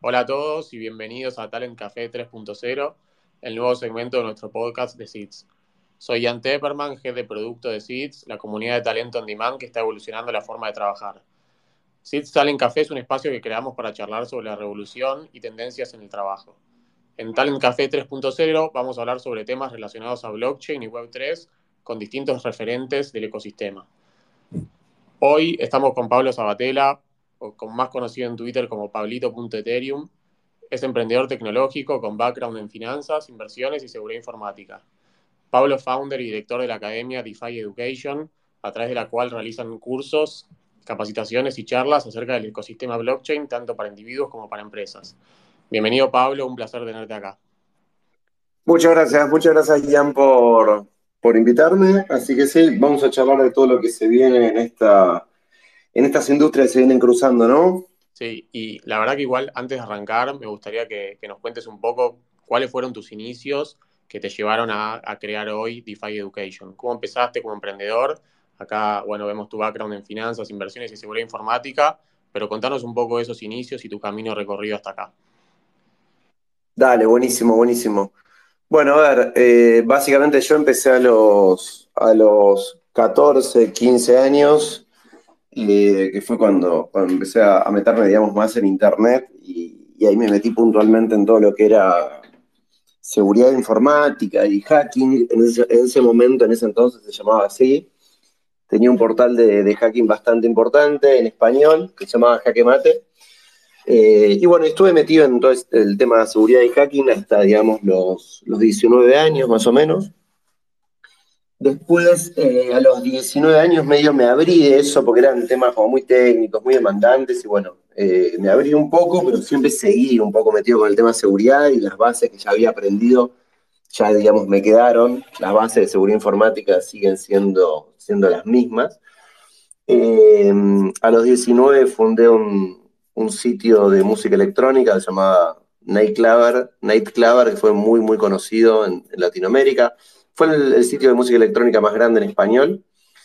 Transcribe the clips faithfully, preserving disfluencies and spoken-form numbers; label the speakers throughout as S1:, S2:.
S1: Hola a todos y bienvenidos a Talent Café tres punto cero, el nuevo segmento de nuestro podcast de Seeds. Soy Jan Tepperman, jefe de producto de Seeds, la comunidad de talento on demand que está evolucionando la forma de trabajar. Seeds Talent Café es un espacio que creamos para charlar sobre la revolución y tendencias en el trabajo. En Talent Café tres punto cero vamos a hablar sobre temas relacionados a blockchain y web tres con distintos referentes del ecosistema. Hoy estamos con Pablo Sabatella, con más conocido en Twitter como pablito punto ethereum. Es emprendedor tecnológico con background en finanzas, inversiones y seguridad informática. Pablo es founder y director de la academia DeFi Education, a través de la cual realizan cursos, capacitaciones y charlas acerca del ecosistema blockchain, tanto para individuos como para empresas. Bienvenido, Pablo, un placer tenerte acá.
S2: Muchas gracias, muchas gracias, Ian, por, por invitarme. Así que sí, vamos a charlar de todo lo que se viene en esta, en estas industrias que se vienen cruzando, ¿no?
S1: Sí, y la verdad que igual antes de arrancar me gustaría que, que nos cuentes un poco cuáles fueron tus inicios que te llevaron a, a crear hoy DeFi Education. ¿Cómo empezaste como emprendedor? Acá, bueno, vemos tu background en finanzas, inversiones y seguridad informática, pero contanos un poco de esos inicios y tu camino recorrido hasta acá.
S2: Dale, buenísimo, buenísimo. Bueno, a ver, eh, básicamente yo empecé a los, a los catorce, quince años, eh, que fue cuando, cuando empecé a, a meterme, digamos, más en internet y, y ahí me metí puntualmente en todo lo que era seguridad informática y hacking. En ese, en ese momento, en ese entonces se llamaba así. Tenía un portal de, de hacking bastante importante en español que se llamaba Jaque Mate. Eh, y bueno, estuve metido en todo este- el tema de seguridad y hacking hasta, digamos, los, los diecinueve años más o menos. Después, eh, a los diecinueve años, medio me abrí de eso porque eran temas como muy técnicos, muy demandantes. Y bueno, eh, me abrí un poco, pero siempre seguí un poco metido con el tema de seguridad y las bases que ya había aprendido, ya, digamos, me quedaron. Las bases de seguridad informática siguen siendo, siendo las mismas. Eh, a los diecinueve fundé un, un sitio de música electrónica que se llamaba Nightclubber, Nightclubber, que fue muy, muy conocido en, en Latinoamérica. Fue el, el sitio de música electrónica más grande en español.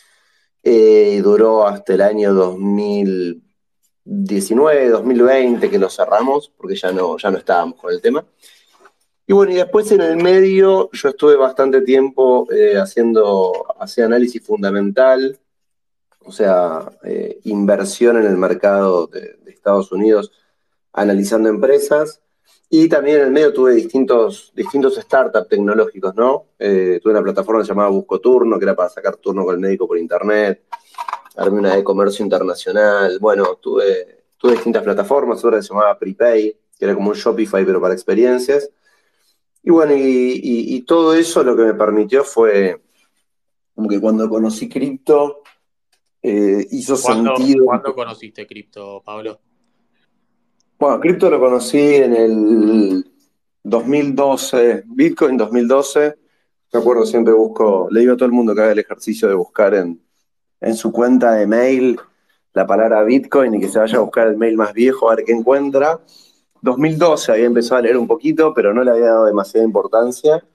S2: Eh, duró hasta el año dos mil diecinueve, dos mil veinte, que lo cerramos, porque ya no, ya no estábamos con el tema. Y bueno, y después en el medio yo estuve bastante tiempo eh, haciendo, hacía análisis fundamental, o sea, eh, inversión en el mercado de, de Estados Unidos, analizando empresas. Y también en el medio tuve distintos, distintos startups tecnológicos, ¿no? Eh, tuve una plataforma llamada Busco Turno, que era para sacar turno con el médico por internet. Armé una de comercio internacional. Bueno, tuve, tuve distintas plataformas, otra que se llamaba Prepay, que era como un Shopify, pero para experiencias. Y bueno, y, y, y todo eso lo que me permitió fue, como que cuando conocí cripto, eh, hizo
S1: ¿Cuándo,
S2: sentido.
S1: cuándo conociste cripto, Pablo?
S2: Bueno, cripto lo conocí en el dos mil doce, Bitcoin dos mil doce. Me acuerdo, siempre busco, le digo a todo el mundo que haga el ejercicio de buscar en, en su cuenta de mail la palabra Bitcoin y que se vaya a buscar el mail más viejo a ver qué encuentra. dos mil doce había empezado a leer un poquito, pero no le había dado demasiada importancia.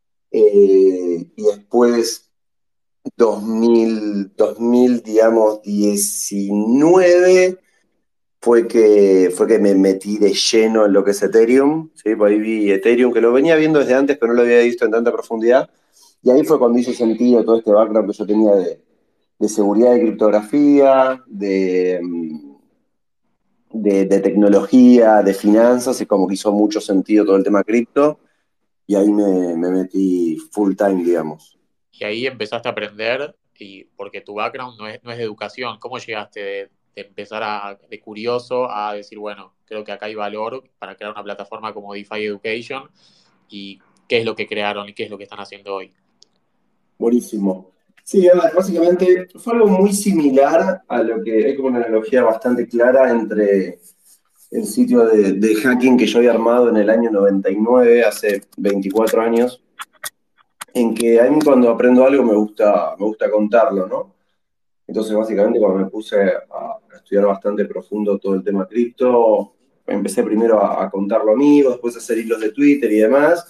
S2: Eh, y después, dos mil, dos mil, digamos, diecinueve fue que, fue que me metí de lleno en lo que es Ethereum, ¿sí? Por ahí vi Ethereum, que lo venía viendo desde antes, pero no lo había visto en tanta profundidad. Y ahí fue cuando hizo sentido todo este background que yo tenía de, de seguridad de criptografía, de, mm, de, de tecnología, de finanzas, y como que hizo mucho sentido todo el tema cripto, y ahí me, me metí full time, digamos.
S1: Y ahí empezaste a aprender, y porque tu background no es, no es de educación. ¿Cómo llegaste de, de empezar a, de curioso a decir, bueno, creo que acá hay valor para crear una plataforma como DeFi Education? ¿Y qué es lo que crearon y qué es lo que están haciendo hoy?
S2: Buenísimo. Sí, a ver, básicamente fue algo muy similar a lo que hay como una analogía bastante clara entre el sitio de, de hacking que yo había armado en el año noventa y nueve, hace veinticuatro años, en que a mí cuando aprendo algo me gusta, me gusta contarlo, ¿no? Entonces, básicamente, cuando me puse a, a estudiar bastante profundo todo el tema cripto, empecé primero a, a contarlo a amigos, después a hacer hilos de Twitter y demás,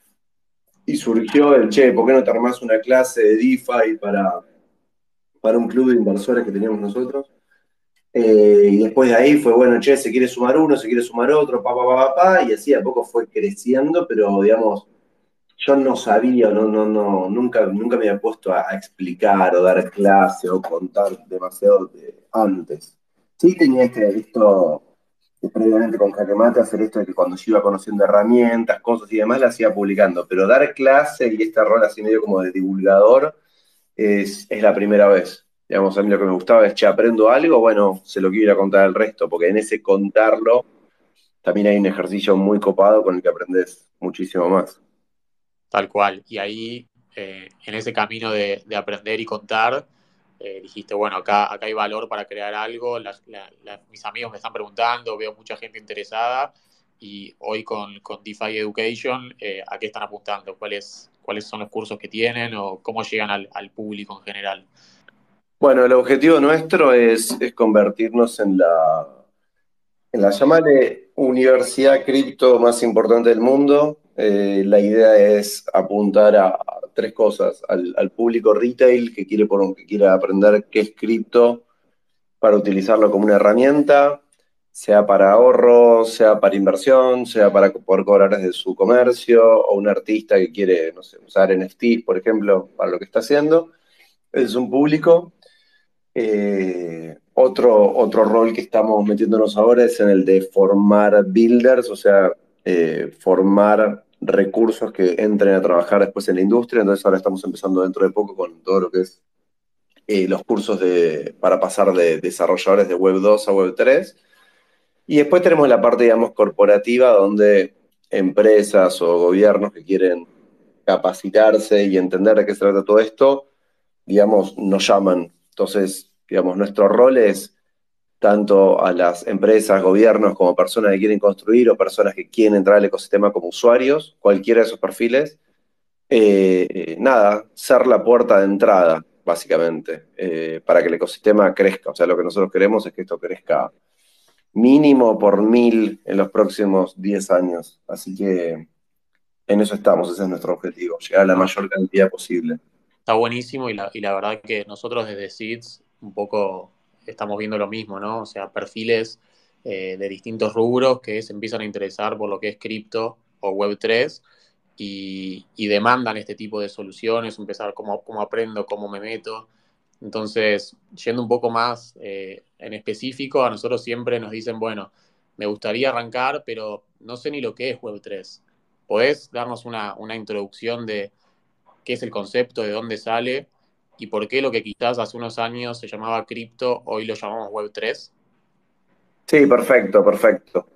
S2: y surgió el, che, ¿por qué no te armás una clase de DeFi para, para un club de inversores que teníamos nosotros? Eh, y después de ahí fue, bueno, che, se quiere sumar uno, se quiere sumar otro, pa, pa, pa, pa, pa, y así a poco fue creciendo, pero digamos, yo no sabía, no, no, no, nunca, nunca me había puesto a, a explicar o dar clase o contar demasiado de- antes. Sí tenía este, esto, que previamente con Jaquemate, hacer esto de que cuando yo iba conociendo herramientas, cosas y demás, las iba publicando, pero dar clase y este rol así medio como de divulgador es, es la primera vez. Digamos, a mí lo que me gustaba es, che, aprendo algo, bueno, se lo quiero ir a contar al resto, porque en ese contarlo también hay un ejercicio muy copado con el que aprendes muchísimo más.
S1: Tal cual. Y ahí, eh, en ese camino de, de aprender y contar, eh, dijiste, bueno, acá, acá hay valor para crear algo, las- la- la- mis amigos me están preguntando, veo mucha gente interesada y hoy con, con DeFi Education, eh, ¿a qué están apuntando? ¿Cuáles, cuáles son los cursos que tienen o cómo llegan al, al público en general?
S2: Bueno, el objetivo nuestro es, es convertirnos en la, en la llamada universidad cripto más importante del mundo. Eh, la idea es apuntar a, a tres cosas: al, al público retail que quiere, por, que quiera aprender qué es cripto para utilizarlo como una herramienta, sea para ahorro, sea para inversión, sea para poder cobrar desde su comercio, o un artista que quiere, no sé, usar N F Ts, por ejemplo, para lo que está haciendo. Ese es un público. Eh, otro, otro rol que estamos metiéndonos ahora es en el de formar builders, o sea, eh, formar recursos que entren a trabajar después en la industria. Entonces ahora estamos empezando dentro de poco con todo lo que es eh, los cursos de, para pasar de desarrolladores de web dos a web tres. Y después tenemos la parte, digamos, corporativa, donde empresas o gobiernos que quieren capacitarse y entender de qué se trata todo esto, digamos, nos llaman. Entonces, digamos, nuestro rol es tanto a las empresas, gobiernos, como personas que quieren construir o personas que quieren entrar al ecosistema como usuarios, cualquiera de esos perfiles, eh, eh, nada, ser la puerta de entrada, básicamente, eh, para que el ecosistema crezca. O sea, lo que nosotros queremos es que esto crezca mínimo por mil en los próximos diez años. Así que en eso estamos, ese es nuestro objetivo, llegar a la
S1: Ah,
S2: mayor cantidad posible.
S1: está buenísimo y la, y la verdad que nosotros desde Seeds un poco estamos viendo lo mismo, ¿no? O sea, perfiles eh, de distintos rubros que se empiezan a interesar por lo que es cripto o web tres y, y demandan este tipo de soluciones, empezar cómo, cómo aprendo, cómo me meto. Entonces, yendo un poco más eh, en específico, a nosotros siempre nos dicen, bueno, me gustaría arrancar, pero no sé ni lo que es web tres. ¿Podés darnos una, una introducción de qué es el concepto, de dónde sale y por qué lo que quizás hace unos años se llamaba cripto, hoy lo llamamos web tres?
S2: Sí, perfecto, perfecto.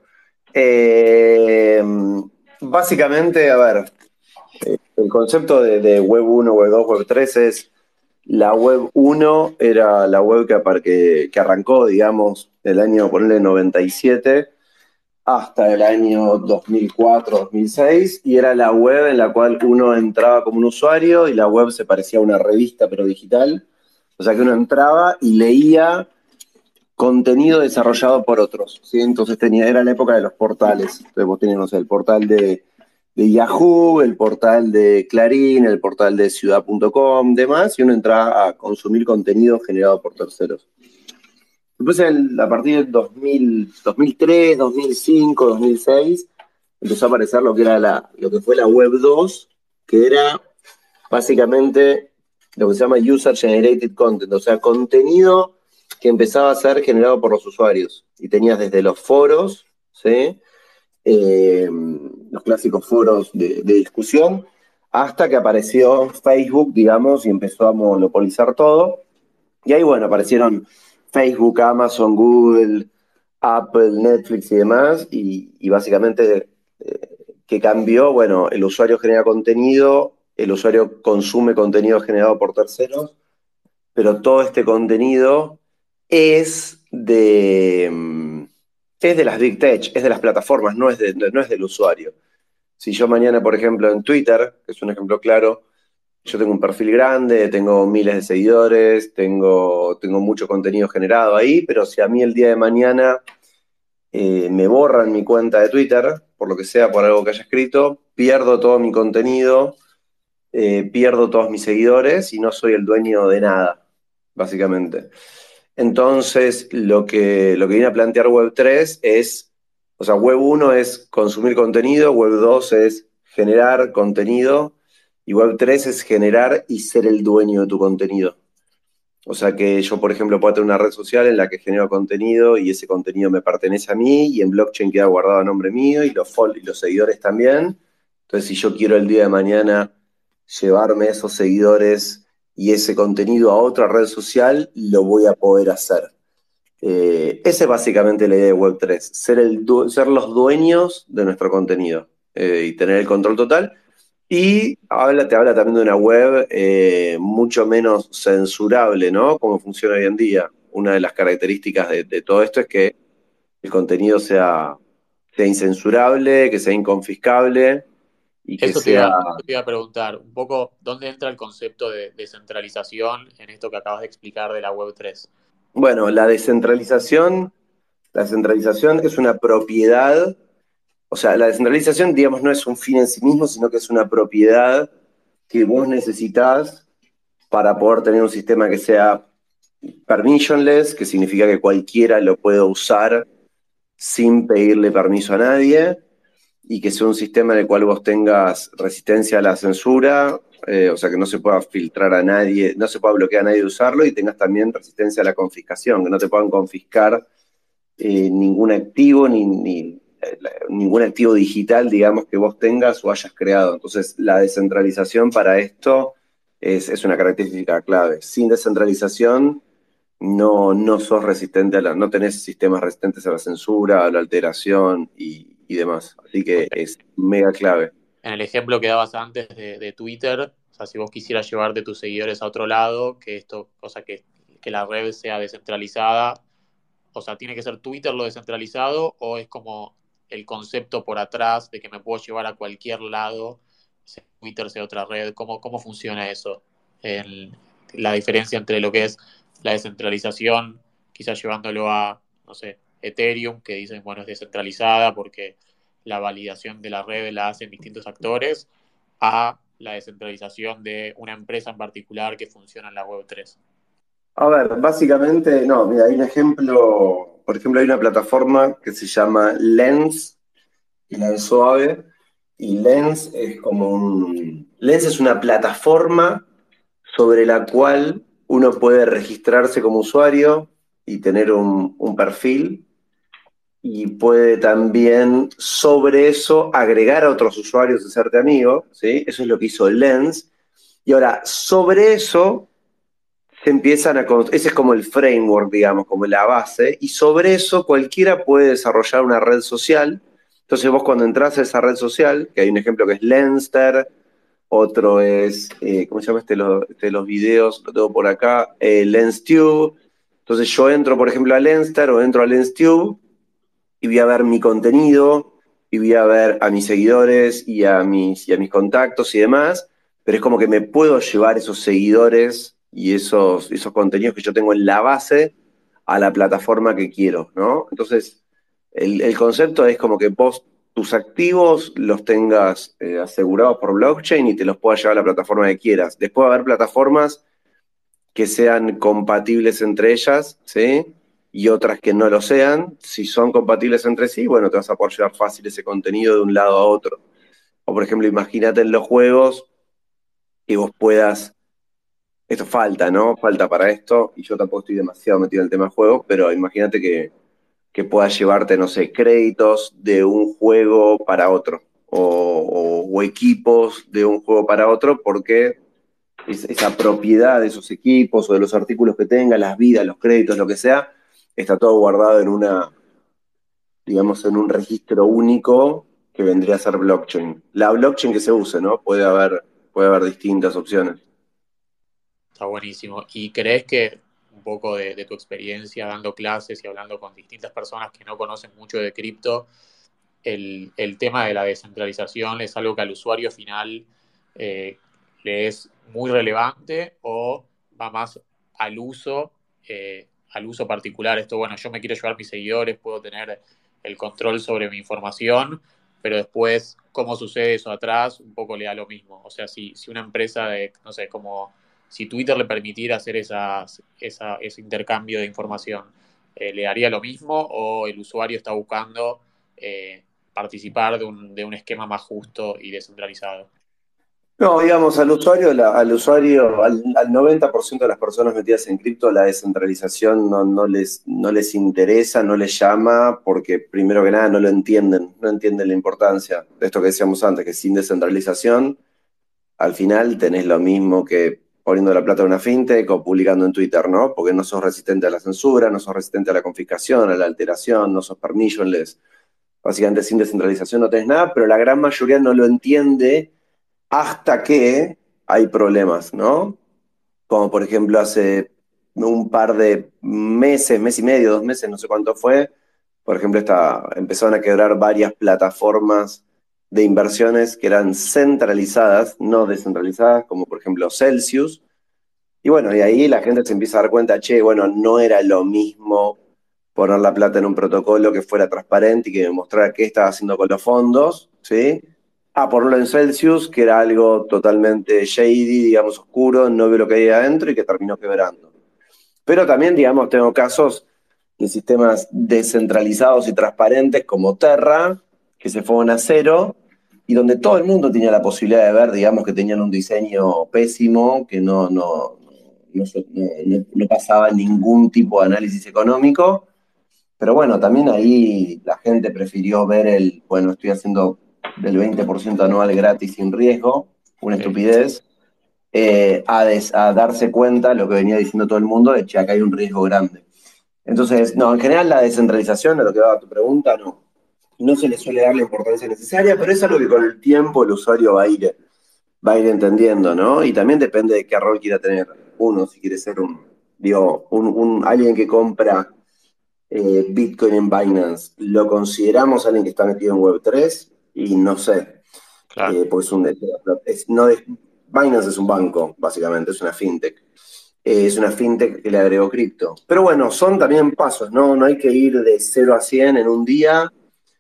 S2: Eh, básicamente, a ver, el concepto de, de web uno, web dos, web tres es la web uno era la web que, apar- que, que arrancó, digamos, el año, ponele noventa y siete hasta el año dos mil cuatro, dos mil seis, y era la web en la cual uno entraba como un usuario y la web se parecía a una revista pero digital. O sea que uno entraba y leía contenido desarrollado por otros, ¿sí? Entonces tenía, era la época de los portales. Entonces vos tenías, no sé, el portal de, de Yahoo, el portal de Clarín, el portal de ciudad punto com, demás, y uno entraba a consumir contenido generado por terceros. Después, el- a partir del dos mil, dos mil tres, dos mil cinco, dos mil seis, empezó a aparecer lo que era la, lo que fue la web dos, que era básicamente lo que se llama User Generated Content, o sea, contenido que empezaba a ser generado por los usuarios. Y tenías desde los foros, ¿sí? Eh, los clásicos foros de, de discusión, hasta que apareció Facebook, digamos, y empezó a monopolizar todo. Y ahí, bueno, aparecieron Facebook, Amazon, Google, Apple, Netflix y demás, y, y básicamente, eh, ¿qué cambió? Bueno, el usuario genera contenido, el usuario consume contenido generado por terceros, pero todo este contenido es de, mm, es de las Big Tech, es de las plataformas, no es, de- no es del usuario. Si yo mañana, por ejemplo, en Twitter, que es un ejemplo claro, yo tengo un perfil grande, tengo miles de seguidores, tengo, tengo mucho contenido generado ahí, pero si a mí el día de mañana eh, me borran mi cuenta de Twitter, por lo que sea, por algo que haya escrito, pierdo todo mi contenido, eh, pierdo todos mis seguidores y no soy el dueño de nada, básicamente. Entonces, lo que, lo que viene a plantear Web tres es, o sea, Web uno es consumir contenido, Web dos es generar contenido y Web tres es generar y ser el dueño de tu contenido. O sea que yo, por ejemplo, puedo tener una red social en la que genero contenido y ese contenido me pertenece a mí y en blockchain queda guardado a nombre mío y los, fol- y los seguidores también. Entonces, si yo quiero el día de mañana llevarme esos seguidores y ese contenido a otra red social, lo voy a poder hacer. Eh, esa es básicamente la idea de web tres, ser, el du- ser los dueños de nuestro contenido eh, y tener el control total. Y habla, te habla también de una web eh, mucho menos censurable, ¿no? Como funciona hoy en día. Una de las características de, de todo esto es que el contenido sea, sea incensurable, que sea inconfiscable y que
S1: Eso te
S2: sea...
S1: iba, eso te iba a preguntar, un poco, ¿dónde entra el concepto de descentralización en esto que acabas de explicar de la web tres?
S2: Bueno, la descentralización, la descentralización es una propiedad. O sea, la descentralización, digamos, no es un fin en sí mismo, sino que es una propiedad que vos necesitas para poder tener un sistema que sea permissionless, que significa que cualquiera lo puede usar sin pedirle permiso a nadie, y que sea un sistema en el cual vos tengas resistencia a la censura, eh, o sea, que no se pueda filtrar a nadie, no se pueda bloquear a nadie de usarlo, y tengas también resistencia a la confiscación, que no te puedan confiscar eh, ningún activo, ni, ni eh, la- ningún activo digital, digamos, que vos tengas o hayas creado. Entonces, la descentralización para esto es, es una característica clave. Sin descentralización, no, no sos resistente a la, no tenés sistemas resistentes a la censura, a la alteración y, y demás. Así
S1: O
S2: que
S1: sea,
S2: es mega clave.
S1: en el ejemplo que dabas antes de, de Twitter, o sea, si vos quisieras llevarte tus seguidores a otro lado, que esto, o sea, que, que la red sea descentralizada, o sea, ¿tiene que ser Twitter lo descentralizado o es como el concepto por atrás de que me puedo llevar a cualquier lado, sea Twitter, sea otra red? ¿Cómo, cómo funciona eso? El- la diferencia entre lo que es la descentralización, quizás llevándolo a, no sé, Ethereum, que dicen, bueno, es descentralizada porque la validación de la red la hacen distintos actores, a la descentralización de una empresa en particular que funciona en la web tres.
S2: A ver, básicamente, no, mira, hay un ejemplo, por ejemplo, hay una plataforma que se llama Lens, y lanzó Aave, y Lens es como un... Lens es una plataforma sobre la cual uno puede registrarse como usuario y tener un, un perfil, y puede también sobre eso agregar a otros usuarios y hacerte amigo, ¿sí? Eso es lo que hizo Lens. Y ahora, sobre eso se empiezan a... con- Ese es como el framework, digamos, como la base, y sobre eso cualquiera puede desarrollar una red social. Entonces vos cuando entras a esa red social, que hay un ejemplo que es Lenster, otro es, eh, ¿cómo se llama este, lo- este de los videos? Lo tengo por acá, eh, LensTube. Entonces yo entro, por ejemplo, a Lenster o entro a LensTube y voy a ver mi contenido y voy a ver a mis seguidores y a mis, y a mis contactos y demás, pero es como que me puedo llevar esos seguidores y esos, esos contenidos que yo tengo en la base a la plataforma que quiero, ¿no? Entonces, el, el concepto es como que vos tus activos los tengas eh, asegurados por blockchain y te los puedas llevar a la plataforma que quieras. Después va a haber plataformas que sean compatibles entre ellas, ¿sí? Y otras que no lo sean. Si son compatibles entre sí, bueno, te vas a poder llevar fácil ese contenido de un lado a otro. O por ejemplo, imagínate en los juegos que vos puedas, esto falta, ¿no? Falta para esto, y yo tampoco estoy demasiado metido en el tema de juegos, pero imagínate que, que puedas llevarte, no sé, créditos de un juego para otro, o, o, o equipos de un juego para otro, porque es- esa propiedad de esos equipos o de los artículos que tenga, las vidas, los créditos, lo que sea, está todo guardado en una, digamos, en un registro único que vendría a ser blockchain. La blockchain que se use, ¿no? Puede haber, puede haber distintas opciones.
S1: Está buenísimo. ¿Y crees que un poco de, de tu experiencia dando clases y hablando con distintas personas que no conocen mucho de cripto, el, el tema de la descentralización es algo que al usuario final eh, le es muy relevante o va más al uso, eh, al uso particular? Esto, bueno, yo me quiero llevar mis seguidores, puedo tener el control sobre mi información, pero después, cómo sucede eso atrás, un poco le da lo mismo. O sea, si, si una empresa de, no sé, como si Twitter le permitiera hacer esas, esa, ese intercambio de información, eh, ¿le haría lo mismo o el usuario está buscando eh, participar de un, de un esquema más justo y descentralizado?
S2: No, digamos, al usuario, la- al usuario, al, al noventa por ciento de las personas metidas en cripto, la descentralización no, no les, no les interesa, no les llama, porque primero que nada no lo entienden, no entienden la importancia de esto que decíamos antes, que sin descentralización, al final tenés lo mismo que poniendo la plata en una fintech o publicando en Twitter, ¿no? Porque no sos resistente a la censura, no sos resistente a la confiscación, a la alteración, no sos permissionless. Básicamente sin descentralización no tenés nada, pero la gran mayoría no lo entiende hasta que hay problemas, ¿no? Como por ejemplo hace un par de meses, mes y medio, dos meses, no sé cuánto fue, por ejemplo, esta, empezaron a quebrar varias plataformas de inversiones que eran centralizadas, no descentralizadas, como por ejemplo Celsius. Y bueno, y ahí la gente se empieza a dar cuenta, che, bueno, no era lo mismo poner la plata en un protocolo que fuera transparente y que me mostrara qué estaba haciendo con los fondos, ¿sí? A ponerlo en Celsius, que era algo totalmente shady, digamos, oscuro, no veo lo que hay adentro y que terminó quebrando. Pero también, digamos, tengo casos de sistemas descentralizados y transparentes como Terra, que se fueron a cero y donde todo el mundo tenía la posibilidad de ver, digamos, que tenían un diseño pésimo, que no, no, no, no, no pasaba ningún tipo de análisis económico. Pero bueno, también ahí la gente prefirió ver el, bueno, estoy haciendo del veinte por ciento anual gratis sin riesgo, una
S1: Sí,
S2: estupidez, eh, a, des- a darse cuenta, lo que venía diciendo todo el mundo, de que acá hay un riesgo grande. Entonces, no, en general la descentralización, a lo que va a tu pregunta, no, no se le suele dar la importancia necesaria, pero es algo que con el tiempo el usuario va a ir, va a ir entendiendo, ¿no? Y también depende de qué rol quiera tener uno, si quiere ser un, digo, un, un- alguien que compra eh, Bitcoin en Binance, ¿lo consideramos alguien que está metido en web tres? Y no sé,
S1: claro.
S2: eh, porque es un, es- no es- Binance es un banco, básicamente, es una fintech. Eh, es una fintech que le agregó cripto. Pero bueno, son también pasos, ¿no? No hay que ir de cero a cien en un día,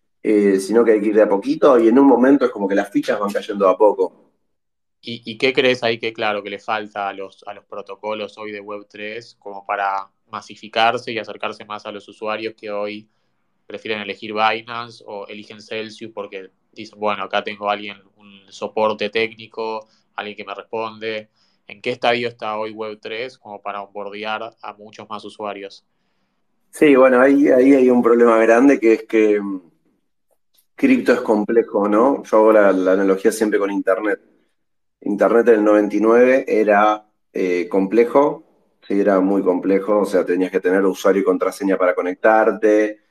S2: eh, sino que hay que ir de a poquito y en un momento es como que las fichas van cayendo de a poco.
S1: ¿Y, y qué crees ahí que, claro, que le falta a los, a los protocolos hoy de web tres como para masificarse y acercarse más a los usuarios que hoy prefieren elegir Binance o eligen Celsius porque dicen, bueno, acá tengo alguien, un soporte técnico, alguien que me responde? ¿En qué estadio está hoy web tres como para onboardear a muchos más usuarios?
S2: Sí, bueno, ahí, ahí hay un problema grande que es que mm, cripto es complejo, ¿no? Yo hago la, la analogía siempre con Internet. Internet en el noventa y nueve era eh, complejo, sí, era muy complejo, o sea, tenías que tener usuario y contraseña para conectarte,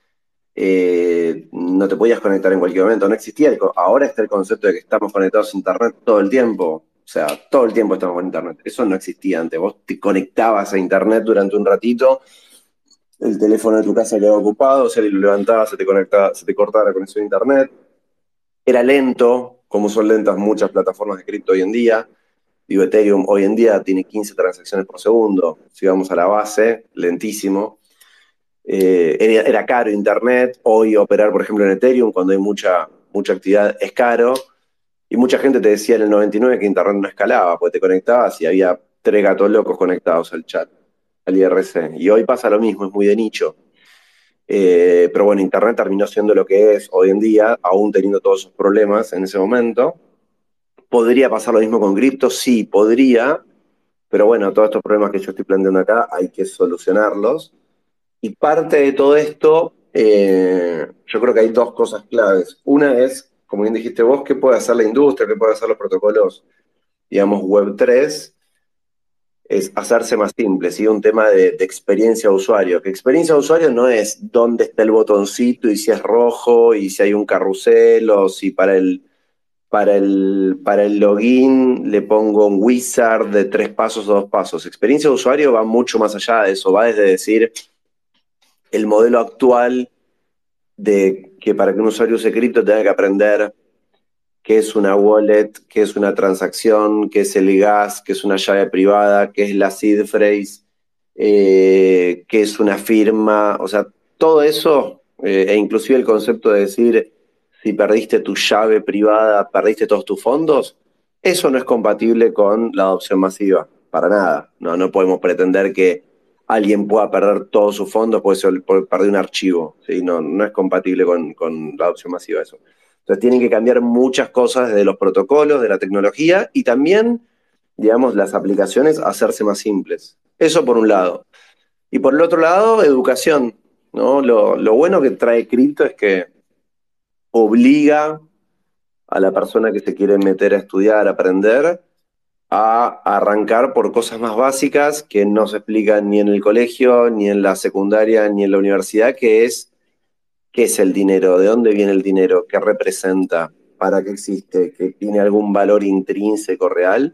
S2: eh, no te podías conectar en cualquier momento, no existía. El co- ahora está el concepto de que estamos conectados a Internet todo el tiempo, o sea, todo el tiempo estamos con Internet. Eso no existía antes, vos te conectabas a Internet durante un ratito, el teléfono de tu casa quedaba ocupado, o sea, lo levantabas, se te conectaba, se te cortaba la conexión a Internet. Era lento, como son lentas muchas plataformas de cripto hoy en día. Digo, Ethereum hoy en día tiene quince transacciones por segundo. Si vamos a la base, lentísimo. Eh, era, era caro Internet. Hoy operar, por ejemplo, en Ethereum, cuando hay mucha, mucha actividad, es caro. Y mucha gente te decía en el noventa y nueve que Internet no escalaba, porque te conectabas y había tres gatos locos conectados al chat, al I R C. Y hoy pasa lo mismo, es muy de nicho. Eh, pero bueno, Internet terminó siendo lo que es hoy en día, aún teniendo todos esos problemas en ese momento. ¿Podría pasar lo mismo con cripto? Sí, podría, pero bueno, todos estos problemas que yo estoy planteando acá hay que solucionarlos. Y parte de todo esto, eh, yo creo que hay dos cosas claves. Una es, como bien dijiste vos, qué puede hacer la industria, qué puede hacer los protocolos, digamos, web tres, es hacerse más simple, ¿sí? Un tema de, de experiencia de usuario. Que experiencia de usuario no es dónde está el botoncito y si es rojo y si hay un carrusel o si para el para el, para el login le pongo un wizard de tres pasos o dos pasos. Experiencia de usuario va mucho más allá de eso, va desde decir el modelo actual de que para que un usuario use cripto tenga que aprender qué es una wallet, qué es una transacción, qué es el gas, qué es una llave privada, qué es la seed phrase, eh, qué es una firma, o sea, todo eso, eh, e inclusive el concepto de decir si perdiste tu llave privada, perdiste todos tus fondos, eso no es compatible con la adopción masiva. para nada. No, no podemos pretender que alguien pueda perder todos sus fondos por, eso, por perder un archivo. ¿Sí? No, no es compatible con, con la adopción masiva eso. Entonces tienen que cambiar muchas cosas de los protocolos, de la tecnología y también, digamos, las aplicaciones hacerse más simples. Eso por un lado. Y por el otro lado, educación, ¿no? Lo, lo bueno que trae cripto es que obliga a la persona que se quiere meter a estudiar, a aprender, a arrancar por cosas más básicas que no se explican ni en el colegio, ni en la secundaria, ni en la universidad, que es qué es el dinero, de dónde viene el dinero, qué representa, para qué existe, que tiene algún valor intrínseco real.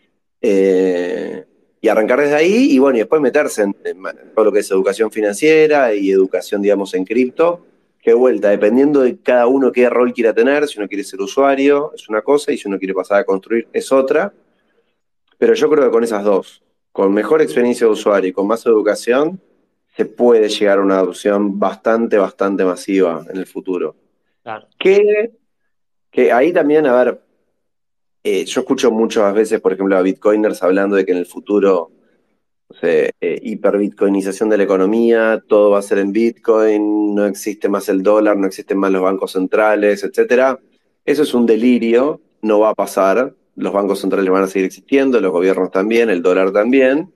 S2: Eh, y arrancar desde ahí y bueno, y después meterse en, en todo lo que es educación financiera y educación, digamos, en cripto. Que vuelta, dependiendo de cada uno qué rol quiera tener, si uno quiere ser usuario, es una cosa, y si uno quiere pasar a construir, es otra. Pero yo creo que con esas dos, con mejor experiencia de usuario y con más educación, se puede llegar a una adopción bastante, bastante masiva en el futuro.
S1: Claro.
S2: Que, que ahí también, a ver, eh, yo escucho muchas veces, por ejemplo, a bitcoiners hablando de que en el futuro, o sea, eh, hiperbitcoinización de la economía, todo va a ser en Bitcoin, no existe más el dólar, no existen más los bancos centrales, etcétera. Eso es un delirio, no va a pasar. Los bancos centrales van a seguir existiendo, los gobiernos también, el dólar también.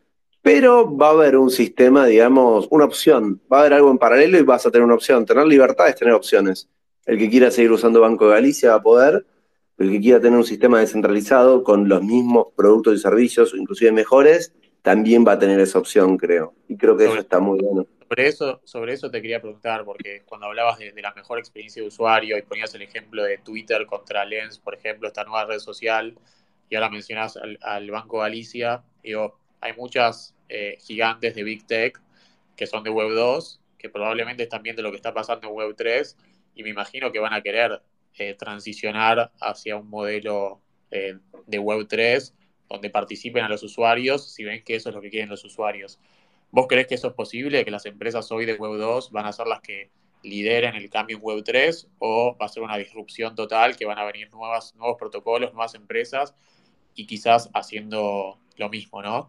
S2: Pero va a haber un sistema, digamos, una opción. Va a haber algo en paralelo y vas a tener una opción. Tener libertad es tener opciones. El que quiera seguir usando Banco de Galicia va a poder. El que quiera tener un sistema descentralizado con los mismos productos y servicios, inclusive mejores, también va a tener esa opción, creo. Y creo que eso
S1: Sobre,
S2: está muy bueno.
S1: sobre eso, sobre eso te quería preguntar, porque cuando hablabas de, de la mejor experiencia de usuario y ponías el ejemplo de Twitter contra Lens, por ejemplo, esta nueva red social, y ahora mencionas al, al Banco Galicia, digo, hay muchas eh, gigantes de Big Tech que son de Web dos, que probablemente están viendo lo que está pasando en Web tres, y me imagino que van a querer eh, transicionar hacia un modelo eh, de Web tres donde participen a los usuarios si ven que eso es lo que quieren los usuarios. ¿Vos creés que eso es posible, que las empresas hoy de Web dos van a ser las que lideren el cambio en Web tres, o va a ser una disrupción total, que van a venir nuevas, nuevos protocolos, nuevas empresas y quizás haciendo lo mismo, ¿no?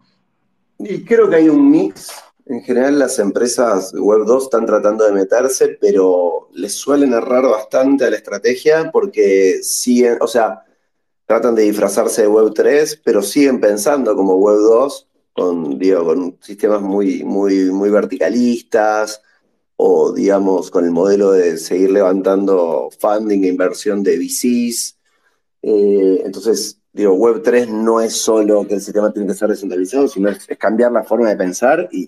S2: Y creo que hay un mix. En general las empresas Web dos están tratando de meterse, pero les suelen errar bastante a la estrategia porque siguen, o sea, tratan de disfrazarse de Web tres, pero siguen pensando como Web dos, con, digo, con sistemas muy, muy, muy verticalistas, o digamos con el modelo de seguir levantando funding e inversión de V Cs. Eh, entonces, digo, Web tres no es solo que el sistema tiene que ser descentralizado, sino es, es cambiar la forma de pensar y,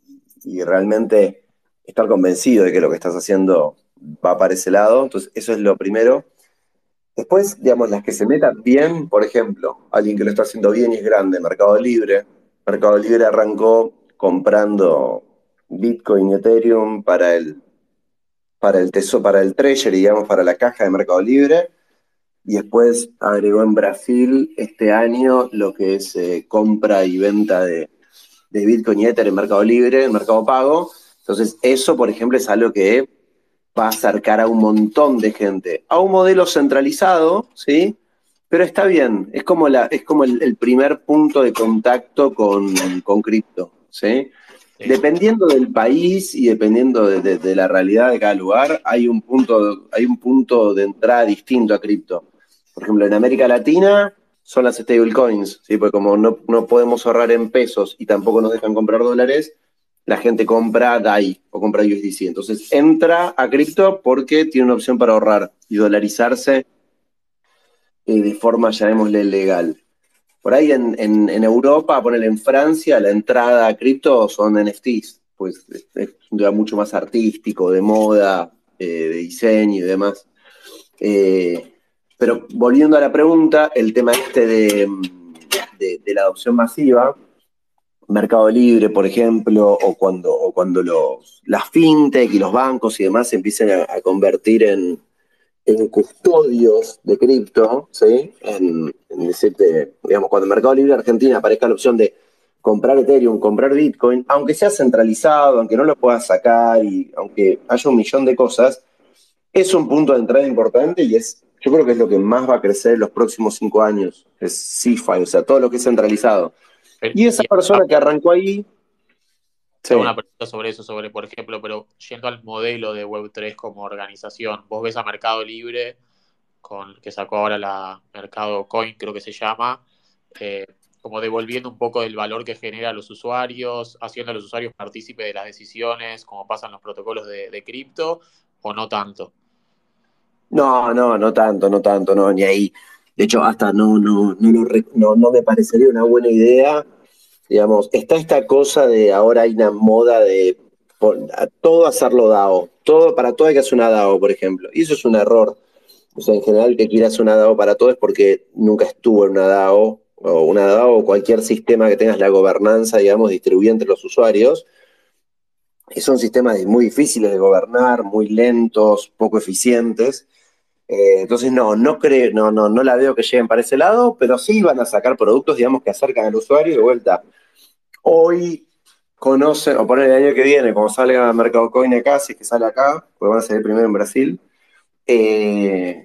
S2: y realmente estar convencido de que lo que estás haciendo va para ese lado. Entonces, eso es lo primero. Después, digamos, las que se metan bien, por ejemplo, alguien que lo está haciendo bien y es grande, Mercado Libre. Mercado Libre arrancó comprando Bitcoin y Ethereum para el, para el teso, para el treasury, digamos, para la caja de Mercado Libre. Y después agregó en Brasil este año lo que es eh, compra y venta de, de Bitcoin y Ether en Mercado Libre, en Mercado Pago. Entonces, eso, por ejemplo, es algo que va a acercar a un montón de gente a un modelo centralizado, ¿sí? Pero está bien, es como, la, es como el, el primer punto de contacto con, con cripto, ¿sí?
S1: Sí.
S2: Dependiendo del país y dependiendo de, de, de la realidad de cada lugar, hay un punto, hay un punto de entrada distinto a cripto. Por ejemplo, en América Latina son las stablecoins, ¿sí? Porque como no, no podemos ahorrar en pesos y tampoco nos dejan comprar dólares, la gente compra D A I o compra U S D C. Entonces entra a cripto porque tiene una opción para ahorrar y dolarizarse eh, de forma, llamémosle, legal. Por ahí en, en, en Europa, ponerle en Francia, la entrada a cripto son N F Ts, pues es, es un tema mucho más artístico, de moda, eh, de diseño y demás. Eh, pero volviendo a la pregunta, el tema este de, de, de la adopción masiva, Mercado Libre, por ejemplo, o cuando, o cuando los, las fintech y los bancos y demás se empiecen a, a convertir en, en custodios de cripto, ¿sí? En, en decirte, digamos, cuando en Mercado Libre Argentina aparezca la opción de comprar Ethereum, comprar Bitcoin, aunque sea centralizado, aunque no lo puedas sacar y aunque haya un millón de cosas, es un punto de entrada importante y es, yo creo que es lo que más va a crecer en los próximos cinco años, es C efi, o sea, todo lo que es centralizado.
S1: Pero-
S2: Y esa
S1: y ah,
S2: persona que arrancó ahí,
S1: te hago una
S2: sí.
S1: pregunta sobre eso, sobre, por ejemplo, pero yendo al modelo de web tres como organización, vos ves a Mercado Libre, con, que sacó ahora la Mercado Coin, creo que se llama, eh, como devolviendo un poco del valor que genera a los usuarios, haciendo a los usuarios partícipes de las decisiones, como pasan los protocolos de, de cripto, o no tanto.
S2: No, no, no tanto, no tanto, no, ni ahí. De hecho, hasta no, no, no, lo re- no, no me parecería una buena idea. Digamos, está esta cosa de ahora hay una moda de por- a todo hacerlo DAO. Todo, para todo hay que hacer una DAO, por ejemplo. Y eso es un error. O sea, en general, el que quiera hacer una DAO para todo es porque nunca estuvo en una DAO, o una DAO, o cualquier sistema que tengas la gobernanza, digamos, distribuida entre los usuarios. Y son sistemas muy difíciles de gobernar, muy lentos, poco eficientes. Eh, entonces, no, no creo, no, no, no la veo que lleguen para ese lado, pero sí van a sacar productos, digamos, que acercan al usuario y de vuelta. Hoy conocen, o poner el año que viene, cuando salga Mercado Coin acá, si es que sale acá, porque van a salir primero en Brasil, eh,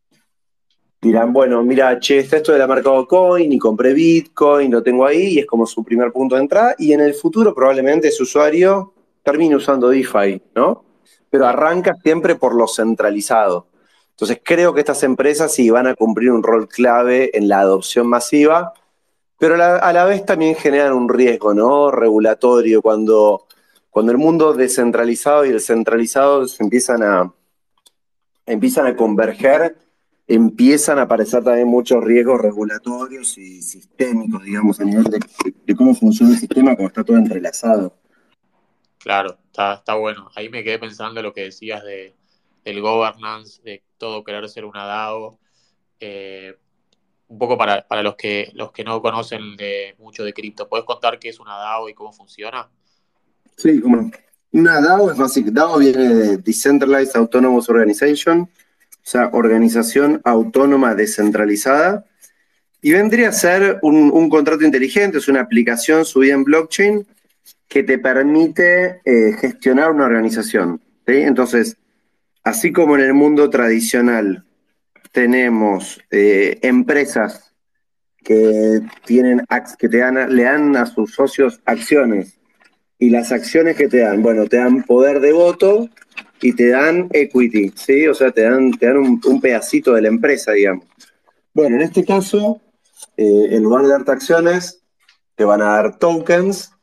S2: dirán, bueno, mira, che, está esto de la Mercado Coin y compré Bitcoin, lo tengo ahí y es como su primer punto de entrada y en el futuro probablemente ese usuario termine usando DeFi, ¿no? Pero
S1: Claro,
S2: arranca siempre por lo centralizado. Entonces creo que estas empresas sí van a cumplir un rol clave en la adopción masiva, pero a la, a la vez también generan un riesgo, ¿no? Regulatorio, cuando, cuando el mundo descentralizado y el centralizado se empiezan a, empiezan a converger, empiezan a aparecer también muchos riesgos regulatorios y sistémicos, digamos, a nivel de, de cómo funciona el sistema, como está todo entrelazado.
S1: claro, está, está bueno. Ahí me quedé pensando lo que decías de, del governance, de todo querer ser una DAO. Eh, un poco para, para los que los que no conocen de, mucho de cripto, ¿podés contar qué es una DAO y cómo funciona?
S2: Sí, como una DAO es básico. DAO viene de Decentralized Autonomous Organization, o sea, organización autónoma descentralizada, y vendría a ser un, un contrato inteligente, es una aplicación subida en blockchain que te permite eh, gestionar una organización. ¿Sí? Entonces, así como en el mundo tradicional tenemos eh, empresas que tienen ac- que te dan, le dan a sus socios acciones y las acciones que te dan, bueno, te dan poder de voto y te dan equity, ¿sí? O sea, te dan, te dan un, un pedacito de la empresa, digamos. Bueno, en este caso, eh, en lugar de darte acciones, te van a dar tokens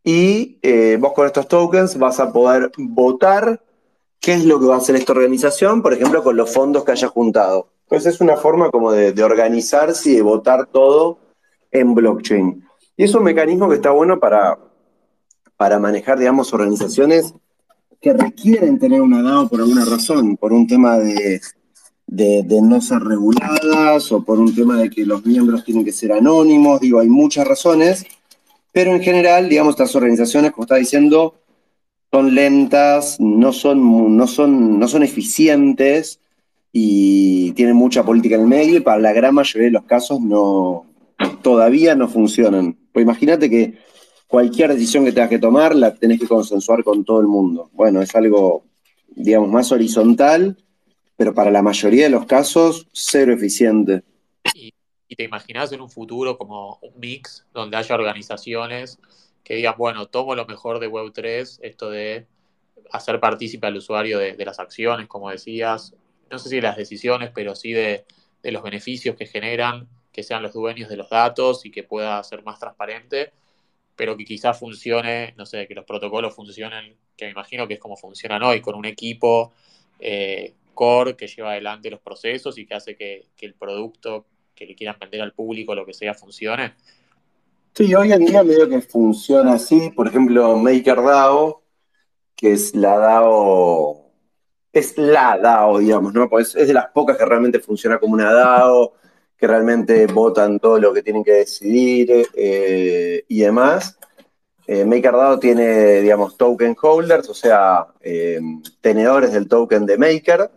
S2: y eh, vos con estos tokens vas a poder votar qué es lo que va a hacer esta organización, por ejemplo, con los fondos que haya juntado. Entonces es una forma como de, de organizarse y de votar todo en blockchain. Y es un mecanismo que está bueno para, para manejar, digamos, organizaciones que requieren tener una DAO por alguna razón, por un tema de, de, de no ser reguladas o por un tema de que los miembros tienen que ser anónimos, digo, hay muchas razones, pero en general, digamos, estas organizaciones, como está diciendo, son lentas, no son, no son, no son eficientes y tienen mucha política en el medio y para la gran mayoría de los casos no, todavía no funcionan. Pues imagínate que cualquier decisión que tengas que tomar la tenés que consensuar con todo el mundo. Bueno, es algo, digamos, más horizontal, pero para la mayoría de los casos, cero eficiente.
S1: Y, y te imaginas en un futuro como un mix donde haya organizaciones que digan, bueno, tomo lo mejor de web tres, esto de hacer partícipe al usuario de, de las acciones, como decías, no sé si de las decisiones, pero sí de, de los beneficios que generan, que sean los dueños de los datos y que pueda ser más transparente, pero que quizás funcione, no sé, que los protocolos funcionen, que me imagino que es como funcionan hoy, con un equipo eh, core que lleva adelante los procesos y que hace que, que el producto que le quieran vender al público, lo que sea, funcione.
S2: Sí, hoy en día medio que funciona así. Por ejemplo, MakerDAO, que es la DAO, es la DAO, digamos, ¿no? Pues es de las pocas que realmente funciona como una DAO, que realmente votan todo lo que tienen que decidir eh, y demás. Eh, MakerDAO tiene, digamos, token holders, o sea, eh, tenedores del token de Maker,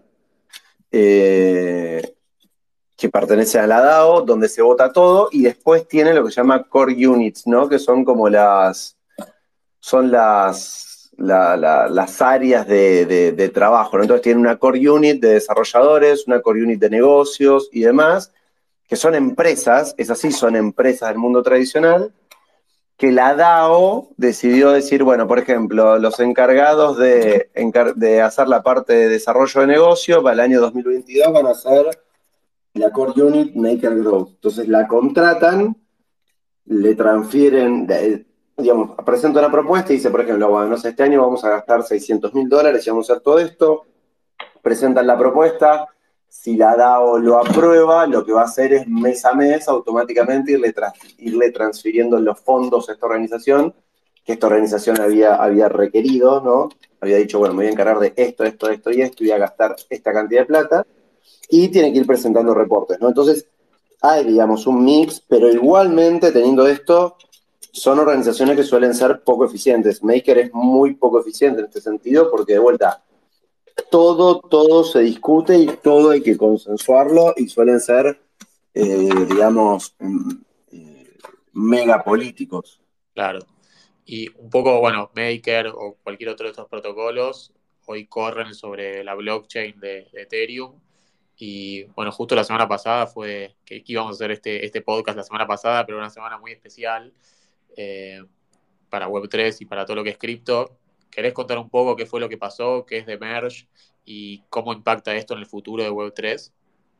S2: eh, que pertenecen a la DAO, donde se vota todo, y después tiene lo que se llama core units, ¿no? Que son como las, son las, la, la, las áreas de, de, de trabajo, ¿no? Entonces tienen una core unit de desarrolladores, una core unit de negocios y demás, que son empresas, es así, son empresas del mundo tradicional, que la DAO decidió decir, bueno, por ejemplo, los encargados de, encar de hacer la parte de desarrollo de negocio para el año dos mil veintidós van a ser la Core Unit Maker Growth. Entonces la contratan, le transfieren, digamos, presenta una propuesta y dice, por ejemplo, bueno, no sé, este año vamos a gastar seiscientos mil dólares y vamos a hacer todo esto. Presentan la propuesta, si la DAO lo aprueba, lo que va a hacer es mes a mes automáticamente irle, tra irle transfiriendo los fondos a esta organización, que esta organización había, había requerido, ¿no? Había dicho, bueno, me voy a encargar de esto, esto, esto y esto, y voy a gastar esta cantidad de plata, y tiene que ir presentando reportes, ¿no? Entonces, hay, digamos, un mix, pero igualmente, teniendo esto, son organizaciones que suelen ser poco eficientes. Maker es muy poco eficiente en este sentido, porque de vuelta, todo, todo se discute y todo hay que consensuarlo y suelen ser, eh, digamos, eh, mega políticos.
S1: Claro. Y un poco, bueno, Maker o cualquier otro de estos protocolos hoy corren sobre la blockchain de, de Ethereum. Y bueno, justo la semana pasada fue que íbamos a hacer este, este podcast la semana pasada, pero una semana muy especial eh, para web tres y para todo lo que es cripto. ¿Querés contar un poco qué fue lo que pasó, qué es de Merge y cómo impacta esto en el futuro de web tres?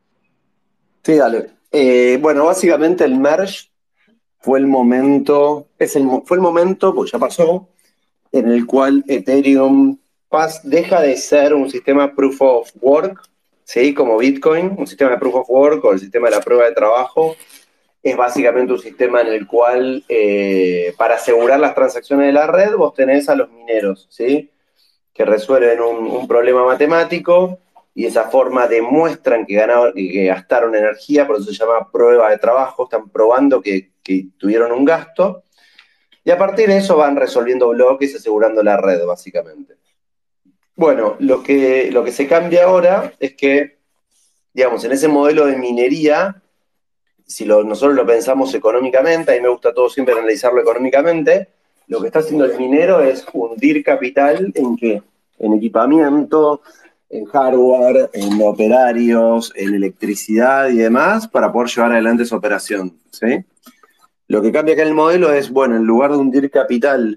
S2: Sí, dale. Eh, bueno, básicamente el merge fue el momento, es el, fue el momento, pues ya pasó, en el cual Ethereum pas, deja de ser un sistema proof of work, ¿sí? Como Bitcoin, un sistema de proof of work o el sistema de la prueba de trabajo. Es básicamente un sistema en el cual, eh, para asegurar las transacciones de la red, vos tenés a los mineros, ¿sí? Que resuelven un, un problema matemático y de esa forma demuestran que, ganaron, que gastaron energía, por eso se llama prueba de trabajo, están probando que, que tuvieron un gasto, y a partir de eso van resolviendo bloques y asegurando la red, básicamente. Bueno, lo que, lo que se cambia ahora es que, digamos, en ese modelo de minería, si lo, nosotros lo pensamos económicamente, a mí me gusta todo siempre analizarlo económicamente, lo que está haciendo el minero es hundir capital en qué? En equipamiento, en hardware, en operarios, en electricidad y demás para poder llevar adelante esa operación, ¿sí? Lo que cambia acá en el modelo es, bueno, en lugar de hundir capital